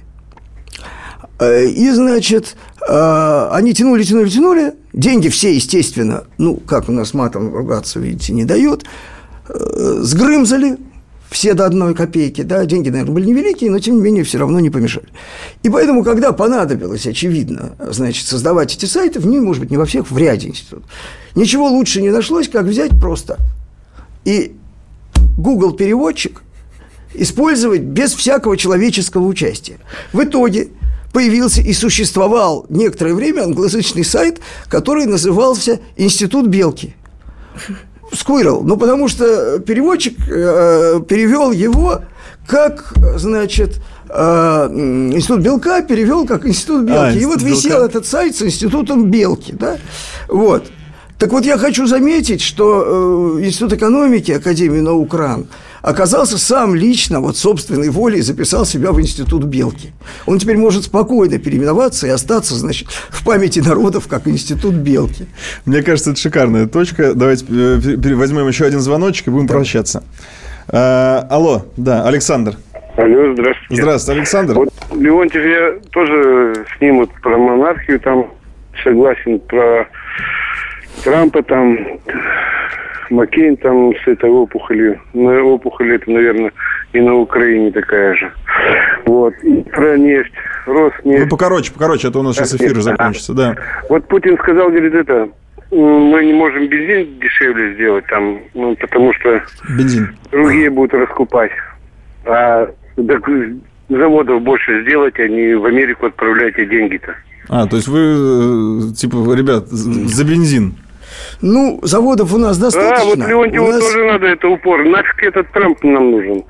И, значит, они тянули, деньги все, естественно, как у нас матом ругаться, видите, не дают, сгрымзали все до 1 копейки, да, деньги, наверное, были невеликие, но, тем не менее, все равно не помешали. И поэтому, когда понадобилось, очевидно, значит, создавать эти сайты, может быть, не во всех, в ряде институтов, ничего лучше не нашлось, как взять просто и Google-переводчик использовать без всякого человеческого участия. В итоге появился и существовал некоторое время англоязычный сайт, который назывался «Институт Белки». Squirrel. Потому что переводчик перевел его как, значит, Институт Белка перевел как Институт Белки. И вот висел этот сайт с Институтом Белки. Да? Вот. Так вот, я хочу заметить, что Институт экономики Академии наук РАН оказался сам лично, вот собственной волей записал себя в Институт Белки. Он теперь может спокойно переименоваться и остаться, значит, в памяти народов как Институт Белки. Мне кажется, это шикарная точка. Давайте возьмем еще один звоночек и будем прощаться. Алло, да, Александр. Алло, здравствуйте. Здравствуйте, Александр. Вот, Леонтьев, я тоже с ним вот про монархию там согласен, про Трампа там, Маккейн там с этой опухолью. Опухоль это, наверное, и на Украине такая же. Вот. И про нефть, Роснефть. Покороче, а то у нас сейчас эфир закончится, да. Вот Путин сказал, говорит, мы не можем бензин дешевле сделать там, потому что другие будут раскупать. А так заводов больше сделать, а не в Америку отправляйте деньги-то. То есть вы, типа, ребят, за бензин? Заводов у нас достаточно. Вот Леонтьеву тоже надо это упор. Нафиг этот Трамп нам нужен.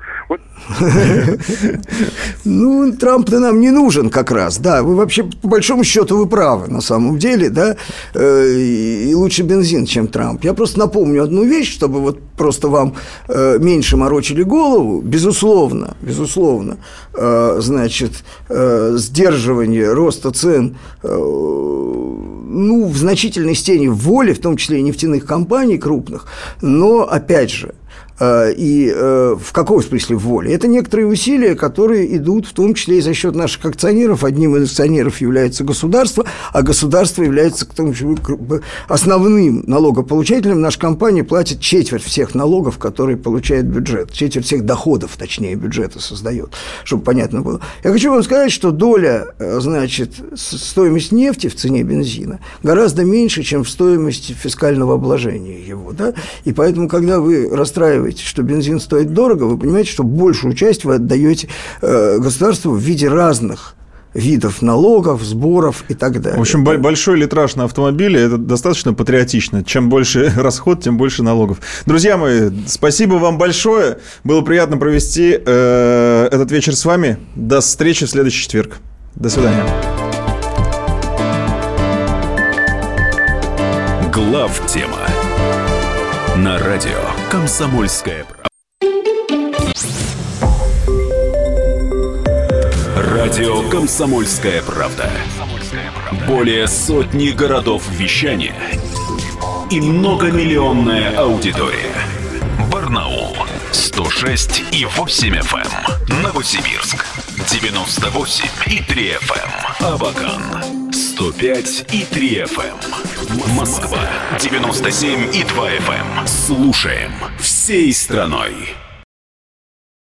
Трамп-то нам не нужен как раз, да. Вы вообще, по большому счету, вы правы, на самом деле, да. И лучше бензин, чем Трамп. Я просто напомню одну вещь, чтобы вот просто вам меньше морочили голову. Безусловно, значит, сдерживание роста цен, в значительной степени в воле, в том числе и нефтяных компаний крупных, но, опять же, И в каком смысле воле? Это некоторые усилия, которые идут в том числе и за счет наших акционеров. Одним из акционеров является государство, а государство является основным налогополучателем. Наша компания платит четверть всех налогов, которые получает бюджет, четверть всех доходов, точнее, бюджета создает, чтобы понятно было. Я хочу вам сказать, что доля, значит, стоимости нефти в цене бензина гораздо меньше, чем в стоимости фискального обложения его, да? И поэтому, когда вы расстраиваетесь, что бензин стоит дорого, вы понимаете, что большую часть вы отдаете государству в виде разных видов налогов, сборов и так далее. В общем, большой литраж на автомобиле – это достаточно патриотично. Чем больше расход, тем больше налогов. Друзья мои, спасибо вам большое. Было приятно провести этот вечер с вами. До встречи в следующий четверг. До свидания. Главтема на радио «Комсомольская правда». Радио «Комсомольская правда». Более сотни городов вещания и многомиллионная аудитория. Барнаул 106,8 FM, Новосибирск 98,3 FM, Абакан 105,3 FM, Москва 97,2 FM. Слушаем всей страной.